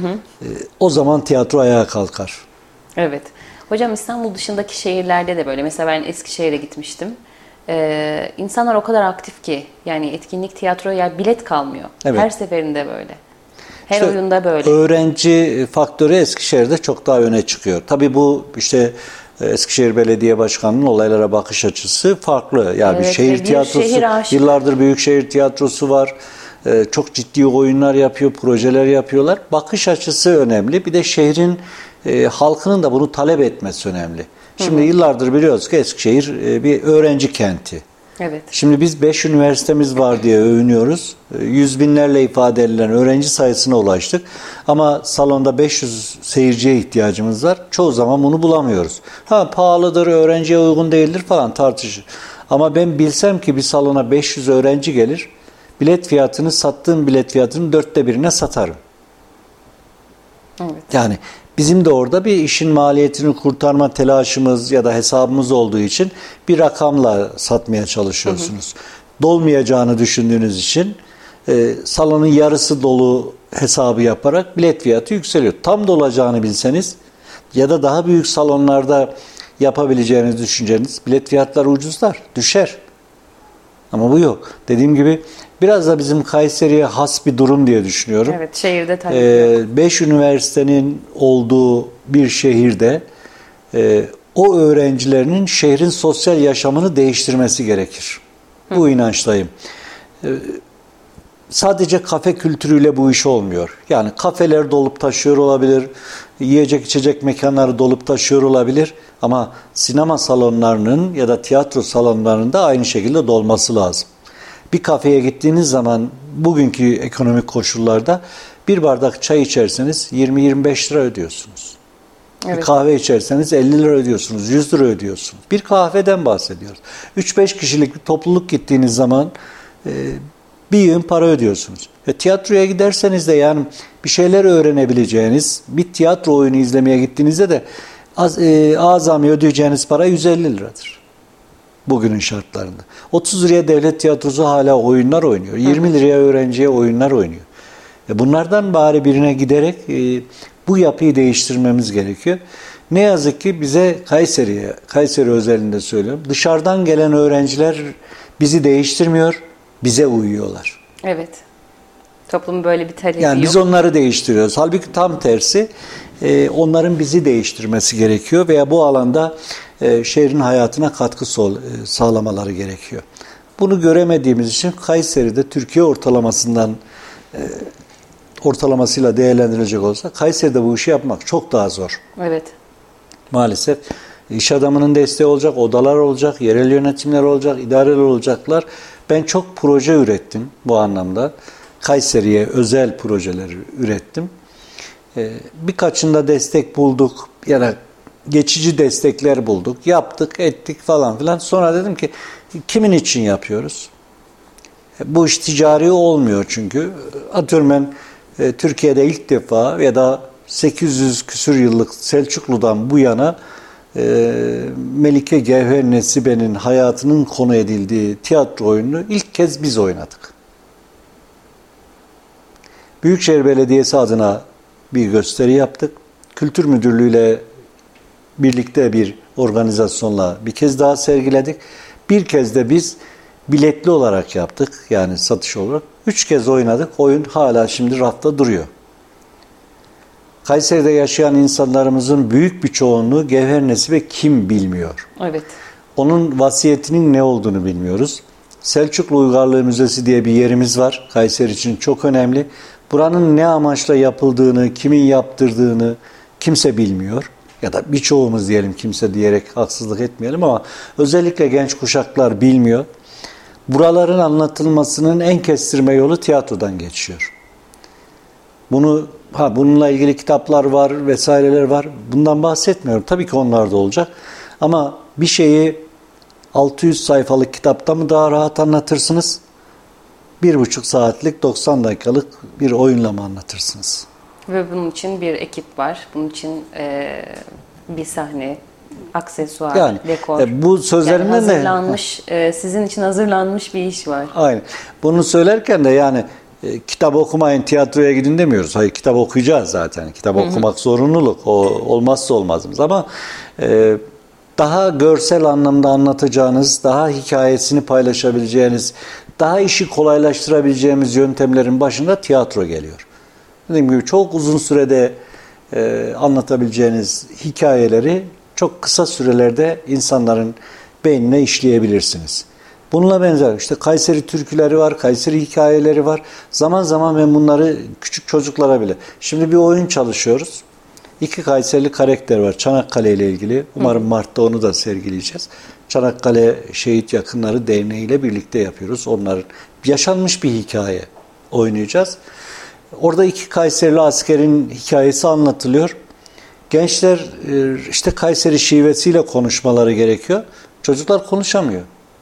o zaman tiyatro ayağa kalkar. Evet. Hocam, İstanbul dışındaki şehirlerde de böyle. Mesela ben Eskişehir'e gitmiştim. İnsanlar o kadar aktif ki yani etkinlik, tiyatroya bilet kalmıyor. Evet. Her seferinde böyle. Her oyunda böyle. Öğrenci faktörü Eskişehir'de çok daha öne çıkıyor. Tabii bu işte Eskişehir Belediye Başkanı'nın olaylara bakış açısı farklı. Yani evet, bir şehir tiyatrosu, yıllardır Büyükşehir Tiyatrosu var. Çok ciddi oyunlar yapıyor, projeler yapıyorlar. Bakış açısı önemli. Bir de şehrin halkının da bunu talep etmesi önemli. Şimdi yıllardır biliyoruz ki Eskişehir bir öğrenci kenti. Evet. Şimdi biz 5 üniversitemiz var diye övünüyoruz. 100 binlerle ifade edilen öğrenci sayısına ulaştık. Ama salonda 500 seyirciye ihtiyacımız var. Çoğu zaman bunu bulamıyoruz. Pahalıdır, öğrenciye uygun değildir falan tartışır. Ama ben bilsem ki bir salona 500 öğrenci gelir, bilet fiyatını sattığım bilet fiyatının 1/4'ine satarım. Evet. Yani bizim de orada bir işin maliyetini kurtarma telaşımız ya da hesabımız olduğu için bir rakamla satmaya çalışıyorsunuz. Dolmayacağını düşündüğünüz için salonun yarısı dolu hesabı yaparak bilet fiyatı yükseliyor. Tam dolacağını bilseniz ya da daha büyük salonlarda yapabileceğinizi düşüneceğiniz bilet fiyatları ucuzlar, düşer. Ama bu yok. Dediğim gibi biraz da bizim Kayseri'ye has bir durum diye düşünüyorum. Evet, şehirde talep yok. 5 üniversitenin olduğu bir şehirde o öğrencilerinin şehrin sosyal yaşamını değiştirmesi gerekir. Bu inançtayım. Sadece kafe kültürüyle bu iş olmuyor. Yani kafeler dolup taşıyor olabilir, yiyecek içecek mekanları dolup taşıyor olabilir ama sinema salonlarının ya da tiyatro salonlarının da aynı şekilde dolması lazım. Bir kafeye gittiğiniz zaman bugünkü ekonomik koşullarda bir bardak çay içerseniz 20-25 lira ödüyorsunuz. Evet. Bir kahve içerseniz 50 lira ödüyorsunuz, 100 lira ödüyorsunuz. Bir kahveden bahsediyoruz. 3-5 kişilik bir topluluk gittiğiniz zaman bir yığın para ödüyorsunuz. Tiyatroya giderseniz de yani bir şeyler öğrenebileceğiniz, bir tiyatro oyunu izlemeye gittiğinizde de azami ödeyeceğiniz para 150 liradır. Bugünün şartlarında. 30 liraya devlet tiyatrosu hala oyunlar oynuyor. 20 liraya öğrenciye oyunlar oynuyor. Bunlardan bari birine giderek bu yapıyı değiştirmemiz gerekiyor. Ne yazık ki bize Kayseri özelinde söylüyorum. Dışarıdan gelen öğrenciler bizi değiştirmiyor, bize uyuyorlar. Evet. Toplumun böyle bir talebi yani yok. Biz onları değiştiriyoruz. Halbuki tam tersi onların bizi değiştirmesi gerekiyor veya bu alanda şehrin hayatına katkı sağlamaları gerekiyor. Bunu göremediğimiz için Kayseri'de Türkiye ortalamasıyla değerlendirilecek olsa Kayseri'de bu işi yapmak çok daha zor. Evet. Maalesef iş adamının desteği olacak, odalar olacak, yerel yönetimler olacak, idareler olacaklar. Ben çok proje ürettim bu anlamda. Kayseri'ye özel projeler ürettim. Birkaçında destek bulduk ya da geçici destekler bulduk, yaptık, ettik falan filan. Sonra dedim ki kimin için yapıyoruz? Bu iş ticari olmuyor çünkü. Atıyorum ben Türkiye'de ilk defa ya da 800 küsur yıllık Selçuklu'dan bu yana Melike Gevher Nesibe'nin hayatının konu edildiği tiyatro oyununu ilk kez biz oynadık. Büyükşehir Belediyesi adına bir gösteri yaptık. Kültür Müdürlüğü ile birlikte bir organizasyonla bir kez daha sergiledik. Bir kez de biz biletli olarak yaptık. Yani satış olarak. 3 kez oynadık. Oyun hala şimdi rafta duruyor. Kayseri'de yaşayan insanlarımızın büyük bir çoğunluğu Gevher Nesibe kim bilmiyor. Evet. Onun vasiyetinin ne olduğunu bilmiyoruz. Selçuklu Uygarlığı Müzesi diye bir yerimiz var. Kayseri için çok önemli. Buranın ne amaçla yapıldığını, kimin yaptırdığını kimse bilmiyor. Ya da birçoğumuz diyelim, kimse diyerek haksızlık etmeyelim ama özellikle genç kuşaklar bilmiyor. Buraların anlatılmasının en kestirme yolu tiyatrodan geçiyor. Bununla ilgili kitaplar var, vesaireler var. Bundan bahsetmiyorum. Tabii ki onlar da olacak. Ama bir şeyi 600 sayfalık kitapta mı daha rahat anlatırsınız? 1,5 saatlik 90 dakikalık bir oyunla mı anlatırsınız? Ve bunun için bir ekip var. Bunun için bir sahne, aksesuar, yani, dekor. Bu sözlerimden yani hazırlanmış, sizin için hazırlanmış bir iş var. Aynen. Bunu söylerken de yani kitap okumayın, tiyatroya gidin demiyoruz. Hayır, kitap okuyacağız zaten. Kitap okumak zorunluluk. O olmazsa olmazımız. Ama daha görsel anlamda anlatacağınız, daha hikayesini paylaşabileceğiniz, daha işi kolaylaştırabileceğimiz yöntemlerin başında tiyatro geliyor. Dediğim gibi çok uzun sürede anlatabileceğiniz hikayeleri çok kısa sürelerde insanların beynine işleyebilirsiniz. Bununla benzer işte Kayseri türküleri var, Kayseri hikayeleri var. Zaman zaman ben bunları küçük çocuklara bile. Şimdi bir oyun çalışıyoruz. 2 Kayserili karakter var Çanakkale ile ilgili. Umarım Mart'ta onu da sergileyeceğiz. Çanakkale Şehit Yakınları Derneği ile birlikte yapıyoruz. Onların yaşanmış bir hikaye oynayacağız. Orada 2 Kayserili askerin hikayesi anlatılıyor. Gençler işte Kayseri şivesiyle konuşmaları gerekiyor. Çocuklar konuşamıyor.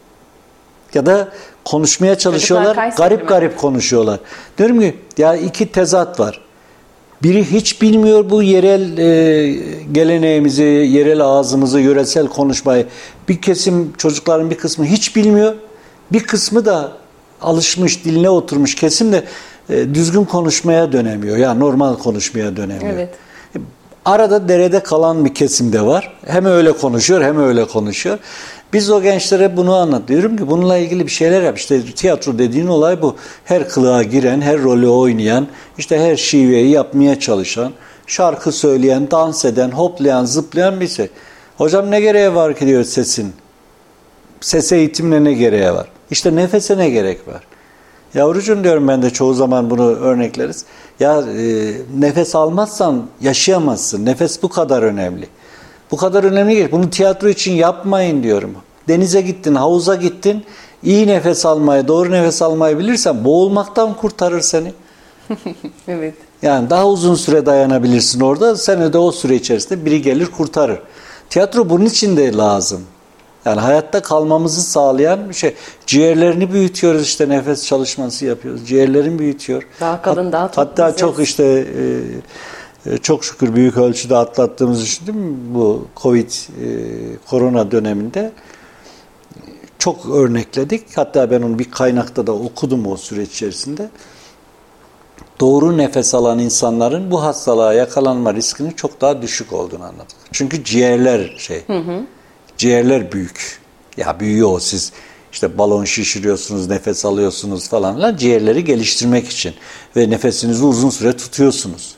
Ya da konuşmaya çalışıyorlar, garip konuşuyorlar. Diyorum ki ya 2 tezat var. Biri hiç bilmiyor bu yerel geleneğimizi, yerel ağzımızı, yöresel konuşmayı. Bir kesim çocukların bir kısmı hiç bilmiyor. Bir kısmı da alışmış, diline oturmuş kesim de düzgün konuşmaya dönemiyor. Yani normal konuşmaya dönemiyor. Evet. Arada derede kalan bir kesim de var. Hem öyle konuşuyor hem öyle konuşuyor. Biz o gençlere bunu anlatıyorum ki bununla ilgili bir şeyler yap. İşte tiyatro dediğin olay bu. Her kılığa giren, her rolü oynayan, işte her şiveyi yapmaya çalışan, şarkı söyleyen, dans eden, hoplayan, zıplayan bir şey. Hocam ne gereği var ki diyor sesin? Ses eğitimine ne gereği var? İşte nefese ne gerek var? Yavrucuğum diyorum ben de çoğu zaman bunu örnekleriz. Ya nefes almazsan yaşayamazsın. Nefes bu kadar önemli. Bu kadar önemli değil. Bunu tiyatro için yapmayın diyorum. Denize gittin, havuza gittin. İyi nefes almayı, doğru nefes almayı bilirsen boğulmaktan kurtarır seni. Evet. Yani daha uzun süre dayanabilirsin orada. Seni de o süre içerisinde biri gelir kurtarır. Tiyatro bunun için de lazım. Yani hayatta kalmamızı sağlayan bir şey. Ciğerlerini büyütüyoruz işte nefes çalışması yapıyoruz. Ciğerlerini büyütüyor. Daha kalın, daha çok. Hatta nefes. Çok işte çok şükür büyük ölçüde atlattığımız için değil mi? Bu Covid, korona döneminde çok örnekledik. Hatta ben onu bir kaynakta da okudum o süreç içerisinde. Doğru nefes alan insanların bu hastalığa yakalanma riskinin çok daha düşük olduğunu anladık. Çünkü ciğerler ciğerler büyük. Ya büyüyor o siz işte balon şişiriyorsunuz, nefes alıyorsunuz falan. Ciğerleri geliştirmek için ve nefesinizi uzun süre tutuyorsunuz.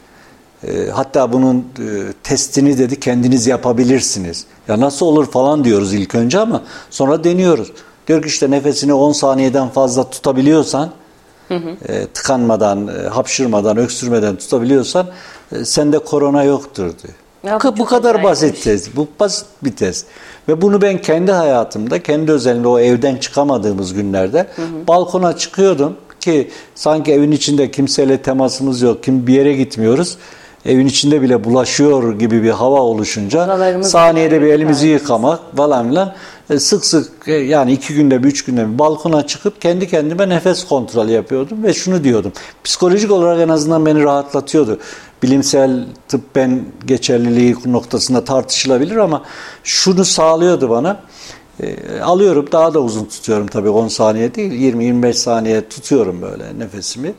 Hatta bunun testini dedi kendiniz yapabilirsiniz. Ya nasıl olur falan diyoruz ilk önce ama sonra deniyoruz. Diyor ki işte nefesini 10 saniyeden fazla tutabiliyorsan, tıkanmadan, hapşırmadan, öksürmeden tutabiliyorsan sende korona yoktur diyor. Ya bu kadar basit test. Bu basit bir test. Ve bunu ben kendi hayatımda, kendi özelinde o evden çıkamadığımız günlerde balkona çıkıyordum ki sanki evin içinde kimseyle temasımız yok, bir yere gitmiyoruz. Evin içinde bile bulaşıyor gibi bir hava oluşunca saniyede bir elimizi yıkamak falan filan sık sık yani 2 günde 3 günde bir balkona çıkıp kendi kendime nefes kontrolü yapıyordum ve şunu diyordum. Psikolojik olarak en azından beni rahatlatıyordu. Bilimsel tıbben geçerliliği noktasında tartışılabilir ama şunu sağlıyordu bana. Alıyorum daha da uzun tutuyorum tabii 10 saniye değil 20-25 saniye tutuyorum böyle nefesimi.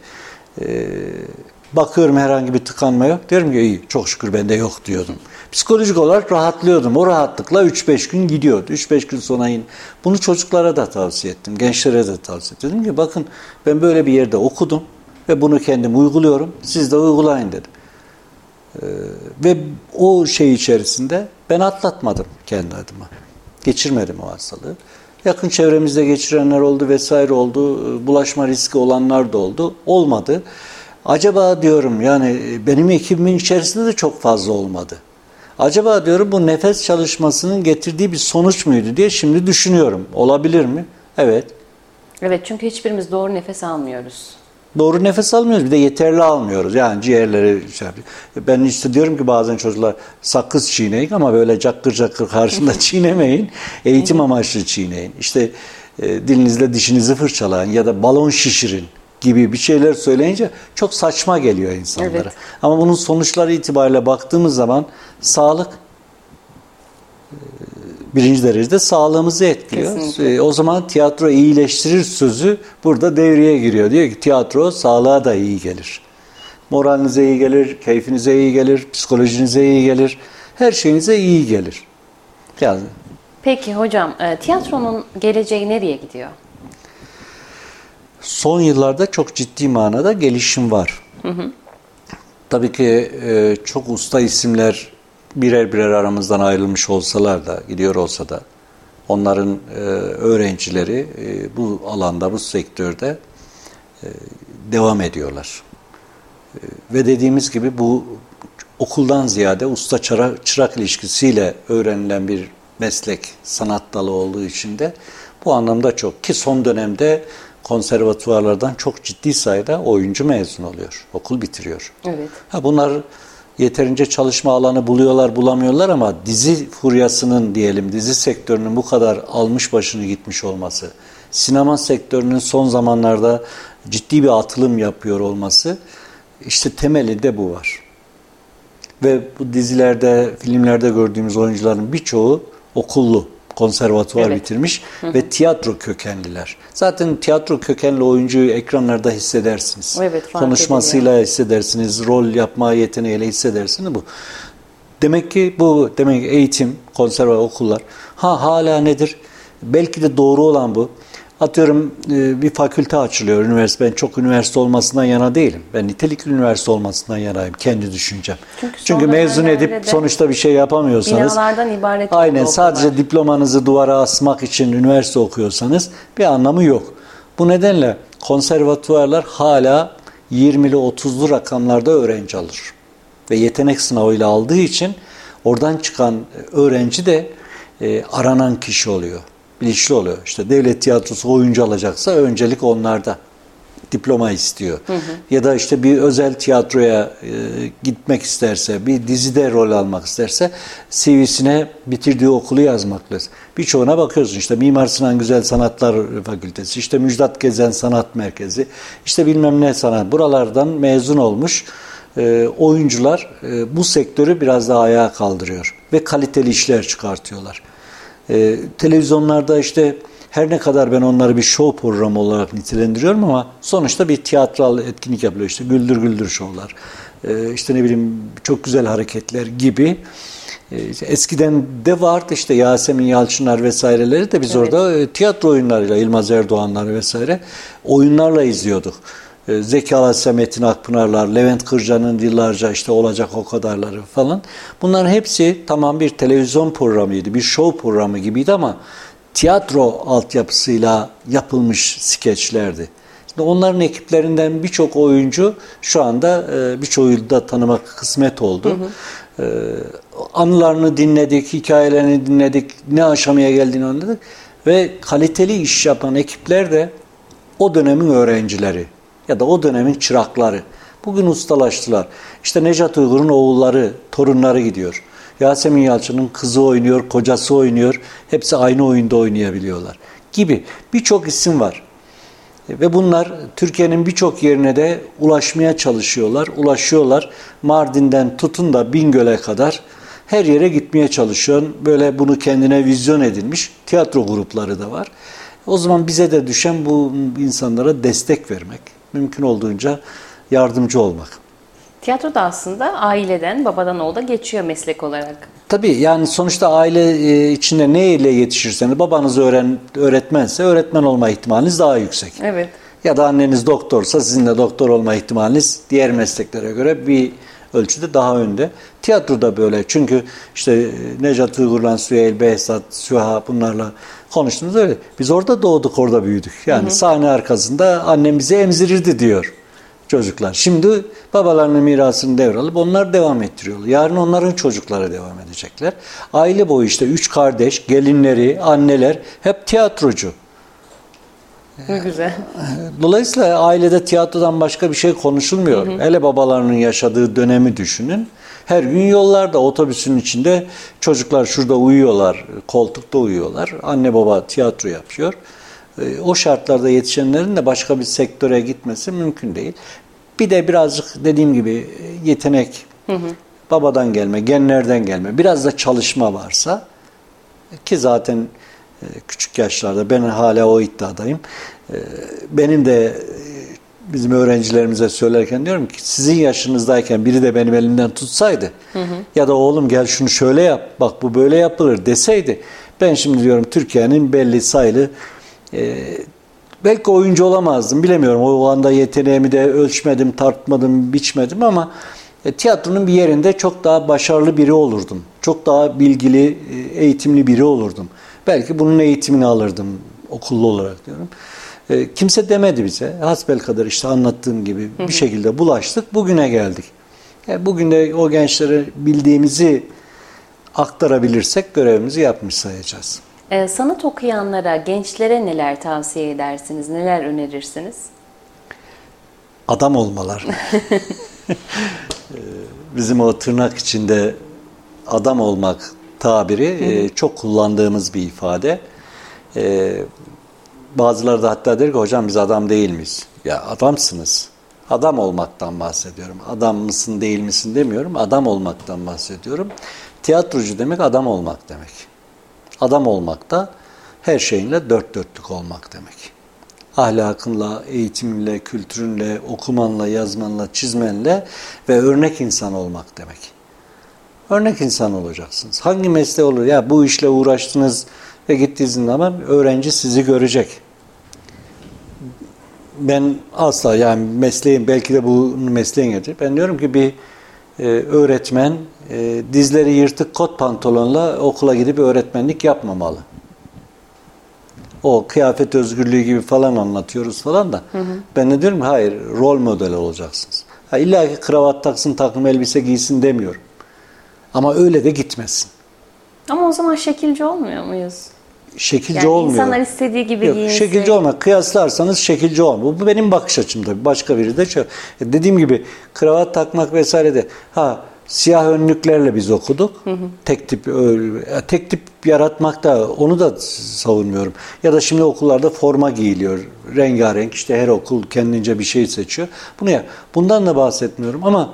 Bakıyorum herhangi bir tıkanma yok. Diyorum ki iyi çok şükür bende yok diyordum. Psikolojik olarak rahatlıyordum. O rahatlıkla 3-5 gün gidiyordu. 3-5 gün sonra yine. Bunu çocuklara da tavsiye ettim. Gençlere de tavsiye ettim. Dedim ki bakın ben böyle bir yerde okudum ve bunu kendim uyguluyorum. Siz de uygulayın dedim. Ve o şey içerisinde ben atlatmadım kendi adıma. Geçirmedim o hastalığı. Yakın çevremizde geçirenler oldu vesaire oldu. Bulaşma riski olanlar da oldu. Olmadı. Acaba diyorum yani benim ekibimin içerisinde de çok fazla olmadı. Acaba diyorum bu nefes çalışmasının getirdiği bir sonuç muydu diye şimdi düşünüyorum. Olabilir mi? Evet. Evet çünkü hiçbirimiz doğru nefes almıyoruz. Doğru nefes almıyoruz. Bir de yeterli almıyoruz. Yani ciğerleri ben işte diyorum ki bazen çocuklar sakız çiğneyin ama böyle cakır cakır karşında çiğnemeyin. Eğitim amaçlı çiğneyin. İşte dilinizle dişinizi fırçalayın ya da balon şişirin gibi bir şeyler söyleyince çok saçma geliyor insanlara. Evet. Ama bunun sonuçları itibariyle baktığımız zaman sağlık birinci derecede sağlığımızı etkiliyor. O zaman tiyatro iyileştirir sözü burada devreye giriyor. Diyor ki tiyatro sağlığa da iyi gelir. Moralinize iyi gelir, keyfinize iyi gelir, psikolojinize iyi gelir. Her şeyinize iyi gelir. Yani. Peki hocam, tiyatronun geleceği nereye gidiyor? Son yıllarda çok ciddi manada gelişim var. Tabii ki çok usta isimler birer birer aramızdan ayrılmış olsalar da, gidiyor olsa da onların öğrencileri bu alanda, bu sektörde devam ediyorlar. Ve dediğimiz gibi bu okuldan ziyade usta çırak ilişkisiyle öğrenilen bir meslek, sanat dalı olduğu için de bu anlamda çok, ki son dönemde konservatuvarlardan çok ciddi sayıda oyuncu mezun oluyor, okul bitiriyor. Evet. Bunlar yeterince çalışma alanı buluyorlar, bulamıyorlar ama dizi furyasının diyelim, dizi sektörünün bu kadar almış başını gitmiş olması, sinema sektörünün son zamanlarda ciddi bir atılım yapıyor olması, işte temelinde bu var. Ve bu dizilerde, filmlerde gördüğümüz oyuncuların birçoğu okullu, konservatuvar bitirmiş ve tiyatro kökenliler. Zaten tiyatro kökenli oyuncuyu ekranlarda hissedersiniz. Evet, konuşmasıyla hissedersiniz, rol yapma yeteneğiyle hissedersiniz bu. Demek ki eğitim, konservatuvar okullar hala nedir? Belki de doğru olan bu. Atıyorum bir fakülte açılıyor, üniversite. Ben çok üniversite olmasından yana değilim. Ben nitelikli üniversite olmasından yanayım, kendi düşüncem. Çünkü mezun edip sonuçta bir şey yapamıyorsanız, binalardan ibaret aynen sadece diplomanızı duvara asmak için üniversite okuyorsanız bir anlamı yok. Bu nedenle konservatuvarlar hala 20'li 30'lu rakamlarda öğrenci alır. Ve yetenek sınavıyla aldığı için oradan çıkan öğrenci de aranan kişi oluyor. Bilinçli oluyor. İşte devlet tiyatrosu oyuncu alacaksa öncelik onlarda. Diploma istiyor. Ya da işte bir özel tiyatroya gitmek isterse, bir dizide rol almak isterse CV'sine bitirdiği okulu yazmak lazım. Birçoğuna bakıyorsun, işte Mimar Sinan Güzel Sanatlar Fakültesi, işte Müjdat Gezen Sanat Merkezi, işte bilmem ne sanat. Buralardan mezun olmuş oyuncular bu sektörü biraz daha ayağa kaldırıyor ve kaliteli işler çıkartıyorlar. Televizyonlarda işte her ne kadar ben onları bir show programı olarak nitelendiriyorum ama sonuçta bir tiyatral etkinlik yapılıyor. İşte Güldür Güldür şovlar, işte ne bileyim çok güzel hareketler gibi. Eskiden de vardı işte Yasemin Yalçınlar vesaireleri de biz orada tiyatro oyunlarıyla, Yılmaz Erdoğanlar vesaire oyunlarla izliyorduk. Zeki Alasya, Metin Akpınarlar, Levent Kırca'nın yıllarca işte Olacak O Kadarları falan. Bunların hepsi tamam bir televizyon programıydı, bir show programı gibiydi ama tiyatro altyapısıyla yapılmış skeçlerdi. Şimdi onların ekiplerinden birçok oyuncu şu anda birçoğunu da tanımak kısmet oldu. Anılarını dinledik, hikayelerini dinledik, ne aşamaya geldiğini anladık ve kaliteli iş yapan ekipler de o dönemin öğrencileri ya da o dönemin çırakları. Bugün ustalaştılar. İşte Nejat Uygur'un oğulları, torunları gidiyor. Yasemin Yalçın'ın kızı oynuyor, kocası oynuyor. Hepsi aynı oyunda oynayabiliyorlar gibi birçok isim var. Ve bunlar Türkiye'nin birçok yerine de ulaşmaya çalışıyorlar, ulaşıyorlar. Mardin'den tutun da Bingöl'e kadar her yere gitmeye çalışıyor. Böyle bunu kendine vizyon edilmiş tiyatro grupları da var. O zaman bize de düşen bu insanlara destek vermek, mümkün olduğunca yardımcı olmak. Tiyatro da aslında aileden, babadan oğula geçiyor meslek olarak. Tabii yani sonuçta aile içinde neyle yetişirseniz, babanız öğretmense öğretmen olma ihtimaliniz daha yüksek. Evet. Ya da anneniz doktorsa sizin de doktor olma ihtimaliniz diğer mesleklere göre bir ölçüde daha önde. Tiyatro da böyle. Çünkü işte Nejat Uygur'la Süheyl, Behzat, Süha bunlarla konuştuğumuz öyle. Biz orada doğduk, orada büyüdük. Yani sahne arkasında annem bizi emzirirdi diyor çocuklar. Şimdi babalarının mirasını devralıp onlar devam ettiriyorlar. Yarın onların çocukları devam edecekler. Aile boyu işte 3 kardeş, gelinleri, anneler hep tiyatrocu. Ne güzel. Dolayısıyla ailede tiyatrodan başka bir şey konuşulmuyor. Hele babalarının yaşadığı dönemi düşünün. Her gün yollarda, otobüsün içinde çocuklar şurada uyuyorlar, koltukta uyuyorlar. Anne baba tiyatro yapıyor. O şartlarda yetişenlerin de başka bir sektöre gitmesi mümkün değil. Bir de birazcık dediğim gibi yetenek, babadan gelme, genlerden gelme, biraz da çalışma varsa ki zaten küçük yaşlarda ben hala o iddiadayım. Benim de bizim öğrencilerimize söylerken diyorum ki sizin yaşınızdayken biri de benim elimden tutsaydı ya da oğlum gel şunu şöyle yap, bak bu böyle yapılır deseydi ben şimdi diyorum Türkiye'nin belli sayılı belki oyuncu olamazdım bilemiyorum. O anda yeteneğimi de ölçmedim, tartmadım, biçmedim ama Tiyatronun bir yerinde çok daha başarılı biri olurdum. Çok daha bilgili, eğitimli biri olurdum. Belki bunun eğitimini alırdım okullu olarak diyorum. Kimse demedi bize. Hasbelkader işte anlattığım gibi bir şekilde bulaştık. Bugüne geldik. Bugün de o gençlere bildiğimizi aktarabilirsek görevimizi yapmış sayacağız. Sanat okuyanlara, gençlere neler tavsiye edersiniz? Neler önerirsiniz? Adam olmalar. Bizim o tırnak içinde adam olmak tabiri çok kullandığımız bir ifade. Bazıları da hatta der ki hocam biz adam değil miyiz? Ya adamsınız. Adam olmaktan bahsediyorum. Adam mısın değil misin demiyorum. Adam olmaktan bahsediyorum. Tiyatrocu demek adam olmak demek. Adam olmak da her şeyinle dört dörtlük olmak demek. Ahlakınla, eğitiminle, kültürünle, okumanla, yazmanla, çizmenle ve örnek insan olmak demek. Örnek insan olacaksınız. Hangi mesleği olur? Ya bu işle uğraştınız ve gittiğiniz zaman öğrenci sizi görecek. Ben asla yani mesleğim belki de bu mesleğin getir. Ben diyorum ki bir öğretmen dizleri yırtık kot pantolonla okula gidip öğretmenlik yapmamalı. O kıyafet özgürlüğü gibi falan anlatıyoruz falan da. Ben de diyorum hayır rol model olacaksınız. İlla ki kravat taksın takım elbise giysin demiyorum. Ama öyle de gitmesin. Ama o zaman şekilci olmuyor muyuz? Şekilci yani olmuyor. İnsanlar istediği gibi giyinsin. Şekilci olmak. Kıyaslarsanız şekilci olmuyor. Bu benim bakış açım tabii. Başka biri de şöyle. Dediğim gibi kravat takmak vesaire de. Siyah önlüklerle biz okuduk. Tek tip yaratmak da onu da savunmuyorum. Ya da şimdi okullarda forma giyiliyor. Rengarenk işte her okul kendince bir şey seçiyor. Bundan da bahsetmiyorum ama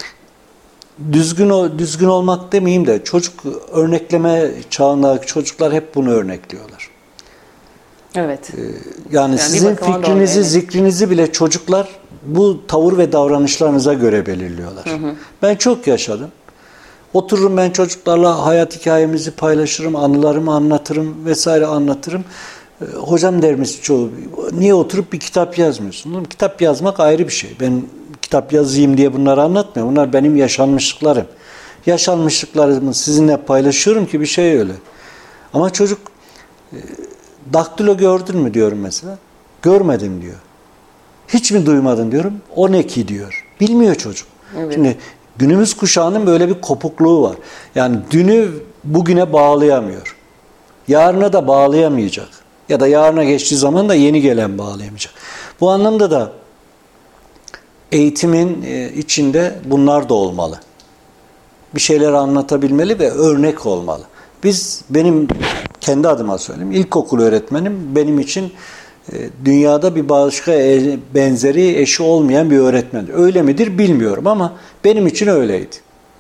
düzgün olmak demeyeyim de çocuk örnekleme çağındaki çocuklar hep bunu örnekliyorlar. Evet. Yani sizin fikrinizi, zikrinizi bile çocuklar bu tavır ve davranışlarınıza göre belirliyorlar. Ben çok yaşadım. Otururum ben çocuklarla hayat hikayemizi paylaşırım, anılarımı anlatırım vesaire anlatırım. Hocam dermiş çoğu, niye oturup bir kitap yazmıyorsun? Kitap yazmak ayrı bir şey. Ben kitap yazayım diye bunları anlatmıyorum. Bunlar benim yaşanmışlıklarım. Yaşanmışlıklarımı sizinle paylaşıyorum ki bir şey öyle. Ama çocuk daktilo gördün mü diyorum mesela. Görmedim diyor. Hiç mi duymadın diyorum. O ne ki diyor. Bilmiyor çocuk. Evet. Şimdi günümüz kuşağının böyle bir kopukluğu var. Yani dünü bugüne bağlayamıyor. Yarına da bağlayamayacak. Ya da yarına geçtiği zaman da yeni gelen bağlayamayacak. Bu anlamda da eğitimin içinde bunlar da olmalı. Bir şeyler anlatabilmeli ve örnek olmalı. Benim kendi adıma söyleyeyim, ilkokul öğretmenim benim için dünyada bir başka benzeri eşi olmayan bir öğretmen. Öyle midir bilmiyorum ama benim için öyleydi.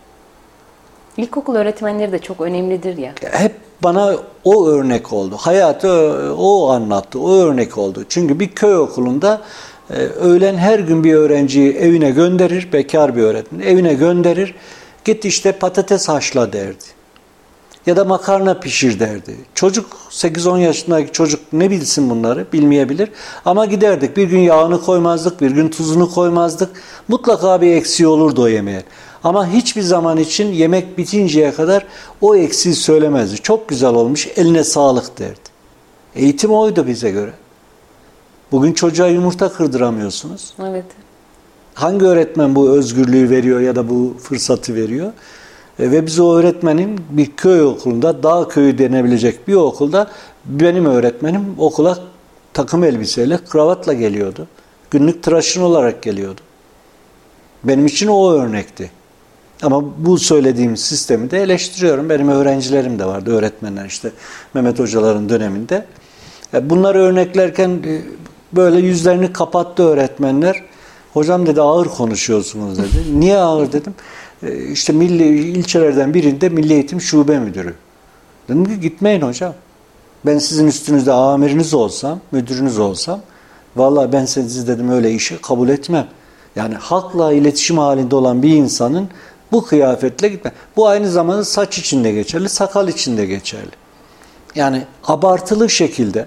İlkokul öğretmenleri de çok önemlidir ya. Hep bana o örnek oldu. Hayatı o anlattı, o örnek oldu. Çünkü bir köy okulunda öğlen her gün bir öğrenciyi evine gönderir, bekar bir öğretmen evine gönderir. Git işte patates haşla derdi. Ya da makarna pişir derdi. Çocuk 8-10 yaşındaki çocuk ne bilsin bunları bilmeyebilir. Ama giderdik bir gün yağını koymazdık, bir gün tuzunu koymazdık. Mutlaka bir eksiği olurdu o yemeğe. Ama hiçbir zaman için yemek bitinceye kadar o eksiği söylemezdi. Çok güzel olmuş, eline sağlık derdi. Eğitim oydu bize göre. Bugün çocuğa yumurta kırdıramıyorsunuz. Evet. Hangi öğretmen bu özgürlüğü veriyor ya da bu fırsatı veriyor? Ve biz o öğretmenin bir köy okulunda, dağ köyü denebilecek bir okulda benim öğretmenim okula takım elbiseyle, kravatla geliyordu. Günlük tıraşın olarak geliyordu. Benim için o örnekti. Ama bu söylediğim sistemi de eleştiriyorum. Benim öğrencilerim de vardı, öğretmenler işte Mehmet hocaların döneminde. Bunları örneklerken böyle yüzlerini kapattı öğretmenler. Hocam dedi ağır konuşuyorsunuz dedi. Niye ağır dedim. İşte ilçelerden birinde Milli Eğitim Şube Müdürü. Dedim ki gitmeyin hocam. Ben sizin üstünüzde amiriniz olsam, müdürünüz olsam vallahi ben sizi dedim öyle işi kabul etmem. Yani halkla iletişim halinde olan bir insanın bu kıyafetle gitme. Bu aynı zamanda saç için de geçerli, sakal için de geçerli. Yani abartılı şekilde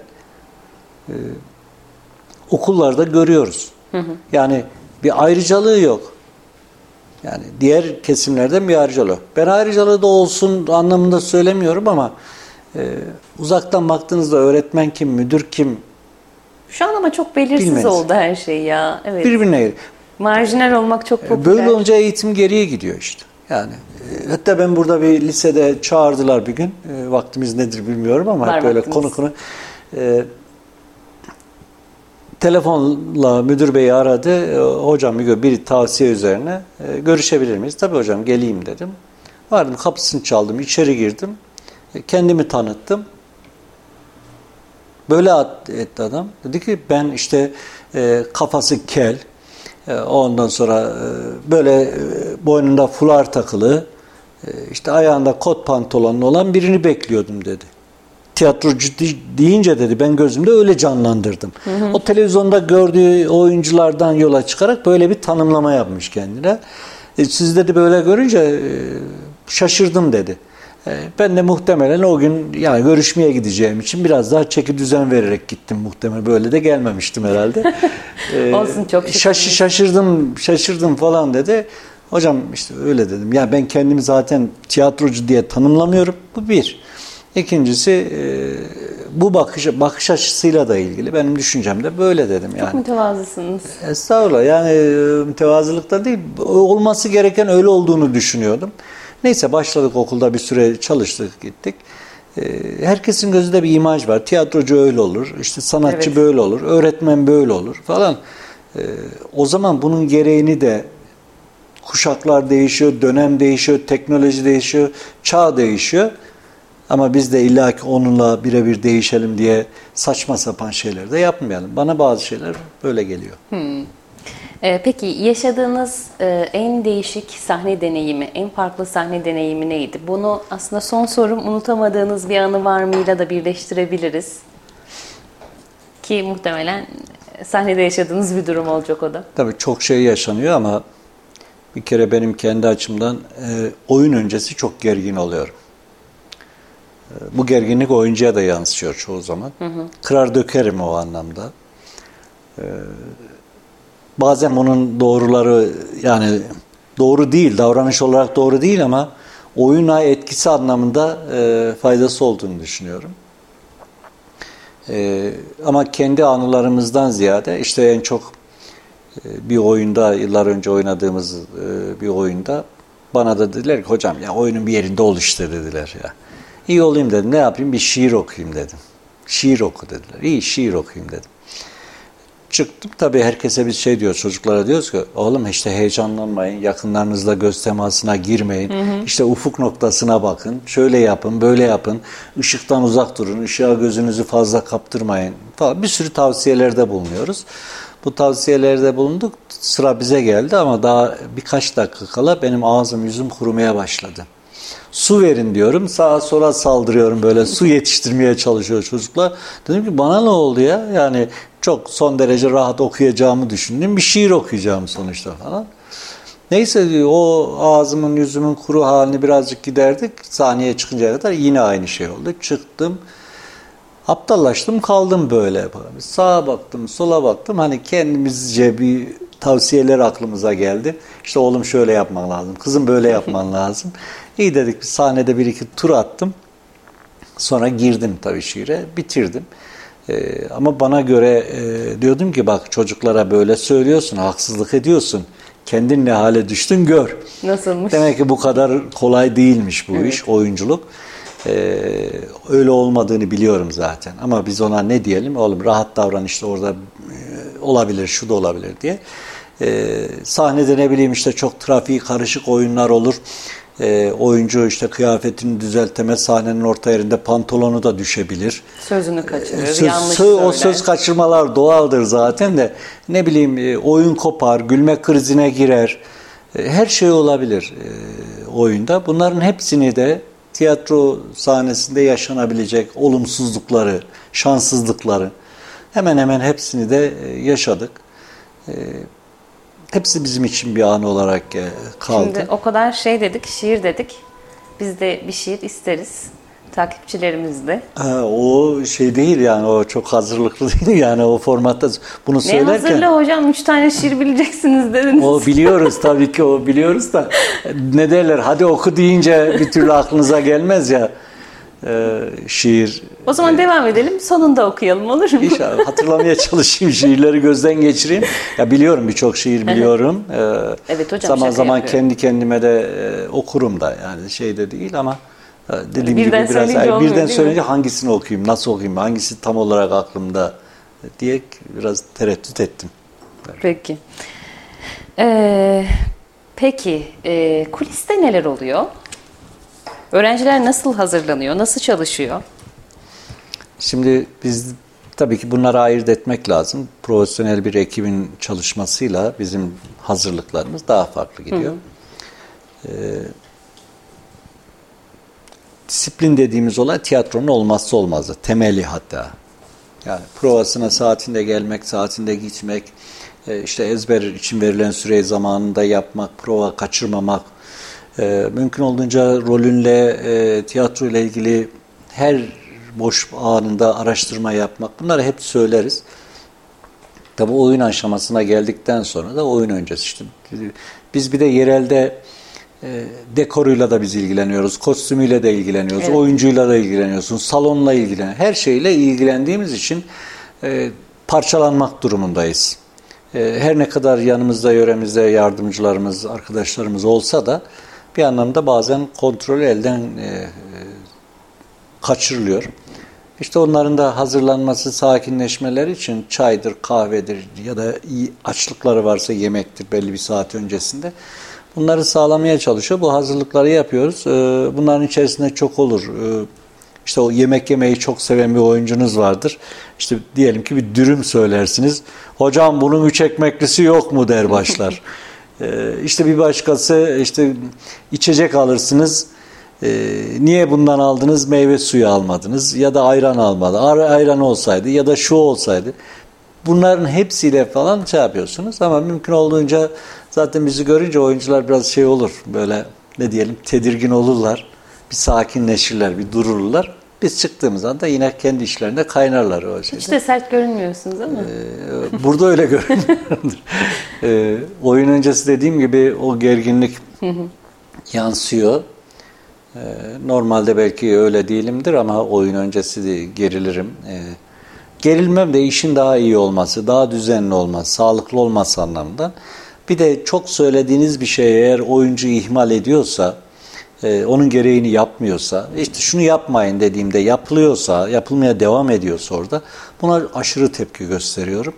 okullarda görüyoruz. Yani bir ayrıcalığı yok. Yani diğer kesimlerden bir ayrıcalığı. Ben ayrıcalığı da olsun anlamında söylemiyorum ama uzaktan baktığınızda öğretmen kim, müdür kim? Şu an ama çok belirsiz bilmeniz. oldu her şey ya. Evet. Birbirine marjinal olmak çok popüler. Böyle olunca eğitim geriye gidiyor işte. Yani hatta ben burada bir lisede çağırdılar bir gün. Vaktimiz nedir bilmiyorum ama hep böyle konu. Telefonla müdür beyi aradı. Hocam bir tavsiye üzerine görüşebilir miyiz? Tabii hocam geleyim dedim. Vardım, kapısını çaldım, içeri girdim. Kendimi tanıttım. Böyle etti adam. Dedi ki ben işte kafası kel, ondan sonra böyle boynunda fular takılı, işte ayağında kot pantolonlu olan birini bekliyordum dedi. Tiyatrocu deyince dedi ben gözümde öyle canlandırdım. O televizyonda gördüğü oyunculardan yola çıkarak böyle bir tanımlama yapmış kendine. Siz dedi böyle görünce şaşırdım dedi. Ben de muhtemelen o gün yani görüşmeye gideceğim için biraz daha çeki düzen vererek gittim muhtemelen. Böyle de gelmemiştim herhalde. Olsun, çok şaşırdım falan dedi. Hocam işte öyle dedim. Ya ben kendimi zaten tiyatrocu diye tanımlamıyorum. Bu bir. İkincisi bu bakış açısıyla da ilgili. Benim düşüncem de böyle dedim yani. Çok mütevazısınız. Estağfurullah. Yani mütevazılıkta değil. Olması gereken öyle olduğunu düşünüyordum. Neyse başladık, okulda bir süre çalıştık, gittik. Herkesin gözünde bir imaj var. Tiyatrocu öyle olur, işte sanatçı böyle olur, öğretmen böyle olur falan. O zaman bunun gereğini de kuşaklar değişiyor, dönem değişiyor, teknoloji değişiyor, çağ değişiyor. Ama biz de illaki onunla birebir değişelim diye saçma sapan şeyler de yapmayalım. Bana bazı şeyler böyle geliyor. Peki yaşadığınız en değişik sahne deneyimi, en farklı sahne deneyimi neydi? Bunu aslında son sorum, unutamadığınız bir anı var mıyla da birleştirebiliriz. Ki muhtemelen sahnede yaşadığınız bir durum olacak o da. Tabii çok şey yaşanıyor ama bir kere benim kendi açımdan oyun öncesi çok gergin oluyorum. Bu gerginlik oyuncuya da yansıyor çoğu zaman. Kırar dökerim o anlamda. Bazen bunun doğruları yani doğru değil, davranış olarak doğru değil ama oyuna etkisi anlamında faydası olduğunu düşünüyorum. Ama kendi anılarımızdan ziyade işte en çok bir oyunda, yıllar önce oynadığımız bir oyunda bana da dediler ki hocam ya oyunun bir yerinde ol işte dediler ya. İyi olayım dedim, ne yapayım, bir şiir okuyayım dedim. Şiir oku dediler. İyi, şiir okuyayım dedim. Çıktım, tabii herkese biz şey diyor, çocuklara diyoruz ki oğlum işte heyecanlanmayın, yakınlarınızla göz temasına girmeyin, işte ufuk noktasına bakın, şöyle yapın, böyle yapın, ışıktan uzak durun, ışığa gözünüzü fazla kaptırmayın falan, bir sürü tavsiyelerde bulunuyoruz. Bu tavsiyelerde bulunduk, sıra bize geldi ama daha birkaç dakika kala benim ağzım yüzüm kurumaya başladı. Su verin diyorum, sağa sola saldırıyorum, böyle su yetiştirmeye çalışıyor çocuklar. Dedim ki bana ne oldu ya? Yani çok son derece rahat okuyacağımı düşündüm. Bir şiir okuyacağım sonuçta falan. Neyse o ağzımın yüzümün kuru halini birazcık giderdik. Sahneye çıkıncaya kadar yine aynı şey oldu. Çıktım, aptallaştım, kaldım böyle. Sağa baktım, sola baktım. Hani kendimizce bir tavsiyeler aklımıza geldi. İşte oğlum şöyle yapman lazım, kızım böyle yapman lazım. İyi dedik, bir sahnede bir iki tur attım. Sonra girdim tabii şiire, bitirdim. Ama bana göre diyordum ki bak çocuklara böyle söylüyorsun, haksızlık ediyorsun. Kendin ne hale düştün gör. Nasılmış? Demek ki bu kadar kolay değilmiş bu iş, oyunculuk. Öyle olmadığını biliyorum zaten. Ama biz ona ne diyelim? Oğlum rahat davran, işte orada olabilir, şu da olabilir diye. Sahnede ne bileyim işte çok trafiği karışık oyunlar olur. Oyuncu işte kıyafetini düzeltemez, sahnenin orta yerinde pantolonu da düşebilir. Sözünü kaçırır, yanlış söyler. O söz kaçırmalar doğaldır zaten de, ne bileyim oyun kopar, gülme krizine girer. Her şey olabilir oyunda. Bunların hepsini de tiyatro sahnesinde yaşanabilecek olumsuzlukları, şanssızlıkları hemen hemen hepsini de yaşadık. Hepsi bizim için bir an olarak kaldı. Şimdi o kadar şey dedik, şiir dedik. Biz de bir şiir isteriz. takipçilerimiz de. O şey değil yani, o çok hazırlıklı değil yani o formatta bunu söylerken. Ne hazırlı hocam, 3 tane şiir bileceksiniz dediniz. O biliyoruz tabii ki, o biliyoruz da ne derler, hadi oku deyince bir türlü aklınıza gelmez ya şiir. O zaman devam edelim, sonunda okuyalım, olur mu? İnşallah hatırlamaya çalışayım, şiirleri gözden geçireyim. Ya biliyorum, birçok şiir biliyorum. Evet hocam, zaman zaman yapıyorum. kendi kendime de okurum da, yani şey de değil ama dediğim Birden gibi biraz birden değil söyleyince mi? hangisini okuyayım, nasıl okuyayım, hangisi tam olarak aklımda diye biraz tereddüt ettim. Peki. Peki kuliste neler oluyor? Öğrenciler nasıl hazırlanıyor, nasıl çalışıyor? Şimdi biz tabii ki bunları ayırt etmek lazım. Profesyonel bir ekibin çalışmasıyla bizim hazırlıklarımız daha farklı gidiyor. Disiplin dediğimiz olay tiyatronun olmazsa olmazı, temeli hatta. Yani provasına saatinde gelmek, saatinde gitmek, işte ezber için verilen süreyi zamanında yapmak, prova kaçırmamak, mümkün olduğunca rolünle, tiyatro ile ilgili her boş anında araştırma yapmak, bunları hep söyleriz. Tabii oyun aşamasına geldikten sonra da oyun öncesi işte. Biz bir de yerelde dekoruyla da biz ilgileniyoruz, kostümüyle de ilgileniyoruz, evet, oyuncuyla da ilgileniyorsun, salonla ilgileniyorsun. Her şeyle ilgilendiğimiz için parçalanmak durumundayız. Her ne kadar yanımızda, yöremizde yardımcılarımız, arkadaşlarımız olsa da bir anlamda bazen kontrolü elden kaçırılıyor. İşte onların da hazırlanması, sakinleşmeleri için çaydır, kahvedir ya da iyi açlıkları varsa yemektir belli bir saat öncesinde. Bunları sağlamaya çalışıyor. Bu hazırlıkları yapıyoruz. Bunların içerisinde çok olur. İşte o yemek yemeyi çok seven bir oyuncunuz vardır. İşte diyelim ki bir dürüm söylersiniz. Hocam bunun 3 ekmeklisi yok mu der başlar. İşte bir başkası işte içecek alırsınız. Niye bundan aldınız, meyve suyu almadınız ya da ayran almadı. Ayran olsaydı ya da şu olsaydı. Bunların hepsiyle falan şey yapıyorsunuz ama mümkün olduğunca zaten bizi görünce oyuncular biraz şey olur, böyle ne diyelim, tedirgin olurlar, bir sakinleşirler, bir dururlar. Biz çıktığımız anda yine kendi işlerinde kaynarlar o şeyde. Hiç de sert görünmüyorsunuz ama. Burada öyle görünüyordur. Oyun öncesi dediğim gibi o gerginlik yansıyor. Normalde belki öyle değilimdir ama oyun öncesi de gerilirim. Gerilmem de işin daha iyi olması, daha düzenli olması, sağlıklı olması anlamında. Bir de çok söylediğiniz bir şey eğer oyuncu ihmal ediyorsa, onun gereğini yapmıyorsa, işte şunu yapmayın dediğimde yapılıyorsa, yapılmaya devam ediyorsa orada, buna aşırı tepki gösteriyorum.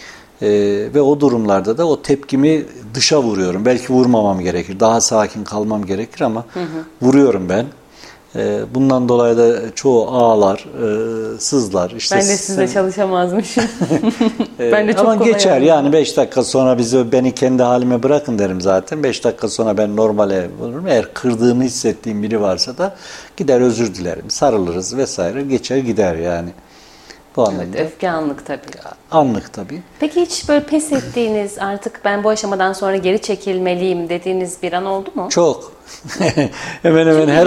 Ve o durumlarda da o tepkimi dışa vuruyorum. Belki vurmamam gerekir, daha sakin kalmam gerekir ama vuruyorum ben. Bundan dolayı da çoğu ağlar, sızlar. İşte ben de sizle çalışamazmışım. Ben de çok ama kolay geçer oldu. yani 5 dakika sonra beni kendi halime bırakın derim zaten. 5 dakika sonra ben normale bulurum. Eğer kırdığımı hissettiğim biri varsa da gider özür dilerim, sarılırız vesaire, geçer gider yani. Bu anlamda. Evet, öfke anlık tabii. Anlık tabii. Peki hiç böyle pes ettiğiniz, artık ben bu aşamadan sonra geri çekilmeliyim dediğiniz bir an oldu mu? Çok. hemen her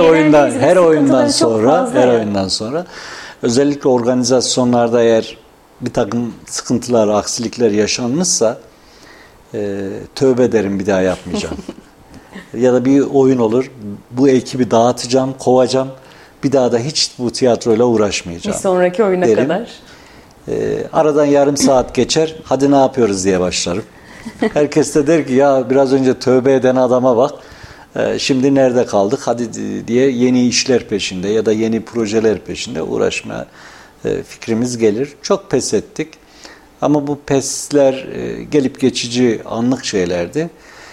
oyundan sonra özellikle organizasyonlarda eğer bir takım sıkıntılar, aksilikler yaşanmışsa tövbe derim, bir daha yapmayacağım. Ya da bir oyun olur, bu ekibi dağıtacağım, kovacağım. Bir daha da hiç bu tiyatroyla uğraşmayacağım. Bir sonraki oyuna derim. kadar. Aradan yarım saat geçer, hadi ne yapıyoruz diye başlarım. Herkes de der ki ya biraz önce tövbe eden adama bak, şimdi nerede kaldık hadi diye yeni işler peşinde ya da yeni projeler peşinde uğraşma fikrimiz gelir. Çok pes ettik ama bu pesler gelip geçici anlık şeylerdi.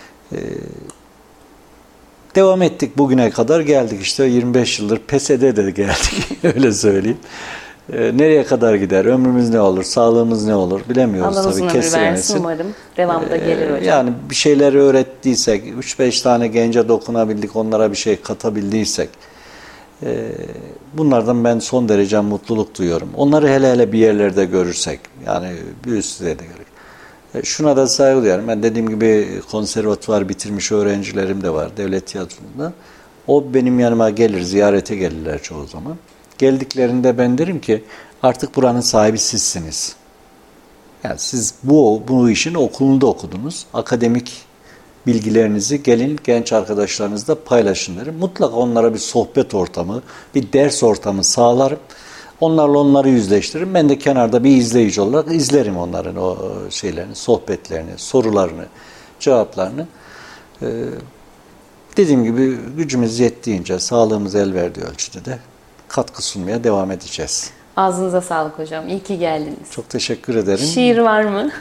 Devam ettik, bugüne kadar geldik, işte 25 yıldır pes ede de geldik öyle söyleyeyim. Nereye kadar gider, ömrümüz ne olur, sağlığımız ne olur bilemiyoruz Allah tabii, uzun ömür versin umarım. Devamda gelir hocam. Yani bir şeyleri öğrettiysek, 3-5 tane gence dokunabildik, onlara bir şey katabildiysek, bunlardan ben son derece mutluluk duyuyorum. Onları hele bir yerlerde görürsek, yani bir üst düzeyde görürsek. Şuna da saygı duyarım. Ben dediğim gibi konservatuvar bitirmiş öğrencilerim de var devlet tiyatrosunda. O benim yanıma gelir, ziyarete gelirler çoğu zaman. Geldiklerinde ben derim ki artık buranın sahibi sizsiniz. Yani siz bu işin okulunda okudunuz. Akademik bilgilerinizi gelin genç arkadaşlarınızla paylaşın derim. Mutlaka onlara bir sohbet ortamı, bir ders ortamı sağlarım. Onları yüzleştiririm. Ben de kenarda bir izleyici olarak izlerim onların o şeylerini, sohbetlerini, sorularını, cevaplarını. Dediğim gibi gücümüz yettiğince, sağlığımız el verdiği ölçüde de katkı sunmaya devam edeceğiz. Ağzınıza sağlık hocam. İyi ki geldiniz. Çok teşekkür ederim. Şiir var mı?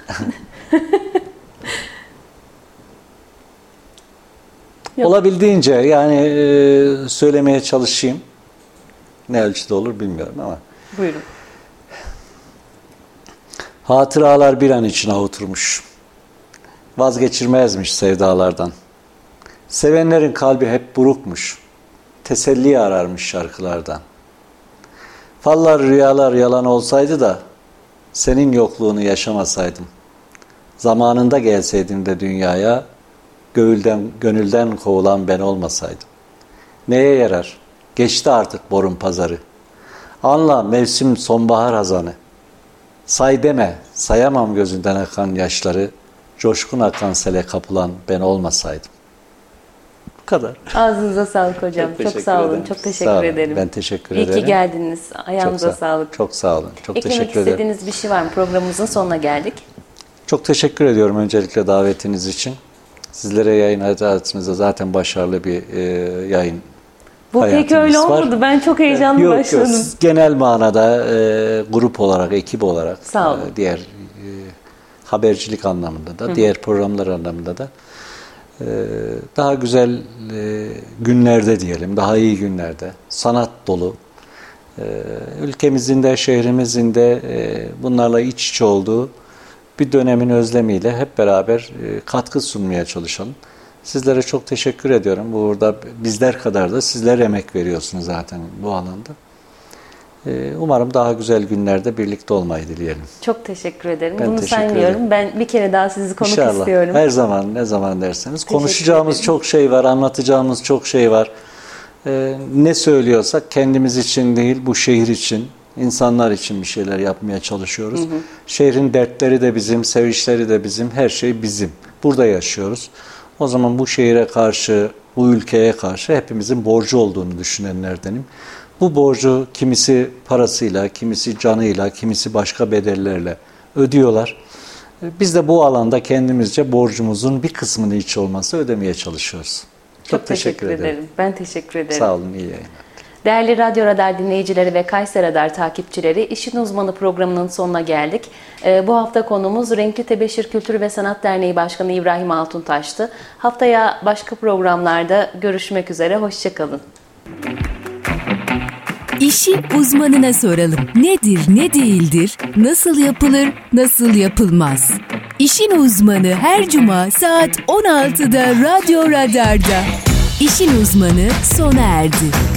Olabildiğince yani söylemeye çalışayım. Ne ölçüde olur bilmiyorum ama. Buyurun. Hatıralar bir an için avuturmuş. Vazgeçirmezmiş sevdalardan. Sevenlerin kalbi hep burukmuş. Teselli ararmış şarkılardan. Fallar, rüyalar yalan olsaydı da senin yokluğunu yaşamasaydım. Zamanında gelseydim de dünyaya, gönülden kovulan ben olmasaydım. Neye yarar? Geçti artık borun pazarı. Anla mevsim sonbahar hazanı. Say deme, sayamam gözünden akan yaşları. Coşkun akan sele kapılan ben olmasaydım. Bu kadar. Ağzınıza sağlık hocam. Çok sağ olun. ederim. Çok teşekkür ederim. Ben teşekkür ederim. İyi ki geldiniz. Ayağınıza sağlık. Çok sağ olun. Çok Eklemek teşekkür ederim. istediğiniz bir şey var mı? Programımızın sonuna geldik. Çok teşekkür ediyorum öncelikle davetiniz için. Sizlere yayın hayatınızda zaten başarılı bir yayın Bu pek öyle olmadı. Var. Ben çok heyecanlı başladım. Yok. Genel manada grup olarak, ekip olarak, sağ olun. Diğer habercilik anlamında da, diğer programlar anlamında da daha güzel günlerde diyelim, daha iyi günlerde, sanat dolu, ülkemizin de, şehrimizin de bunlarla iç içe olduğu bir dönemin özlemiyle hep beraber katkı sunmaya çalışalım. Sizlere çok teşekkür ediyorum. Burada bizler kadar da sizler emek veriyorsunuz zaten bu alanda. Umarım daha güzel günlerde birlikte olmayı dileyelim. Çok teşekkür ederim. Bunu saymıyorum. Ben bir kere daha sizi konuk İnşallah. İstiyorum. Her zaman, ne zaman derseniz. Konuşacağımız çok şey var, anlatacağımız çok şey var. Ne söylüyorsak kendimiz için değil, bu şehir için, insanlar için bir şeyler yapmaya çalışıyoruz. Şehrin dertleri de bizim, sevinçleri de bizim, her şey bizim. Burada yaşıyoruz. O zaman bu şehire karşı, bu ülkeye karşı hepimizin borcu olduğunu düşünenlerdenim. Bu borcu kimisi parasıyla, kimisi canıyla, kimisi başka bedellerle ödüyorlar. Biz de bu alanda kendimizce borcumuzun bir kısmını hiç olmazsa ödemeye çalışıyoruz. Çok teşekkür ederim. Ben teşekkür ederim. Sağ olun, iyi yayınlar. Değerli Radyo Radar dinleyicileri ve Kayseri Radar takipçileri, İşin Uzmanı programının sonuna geldik. Bu hafta konumuz Renkli Tebeşir Kültür ve Sanat Derneği Başkanı İbrahim Altuntaş'tı. Haftaya başka programlarda görüşmek üzere, hoşçakalın. İşi uzmanına soralım. Nedir, ne değildir, nasıl yapılır, nasıl yapılmaz? İşin uzmanı her cuma saat 16'da Radyo Radar'da. İşin uzmanı sona erdi.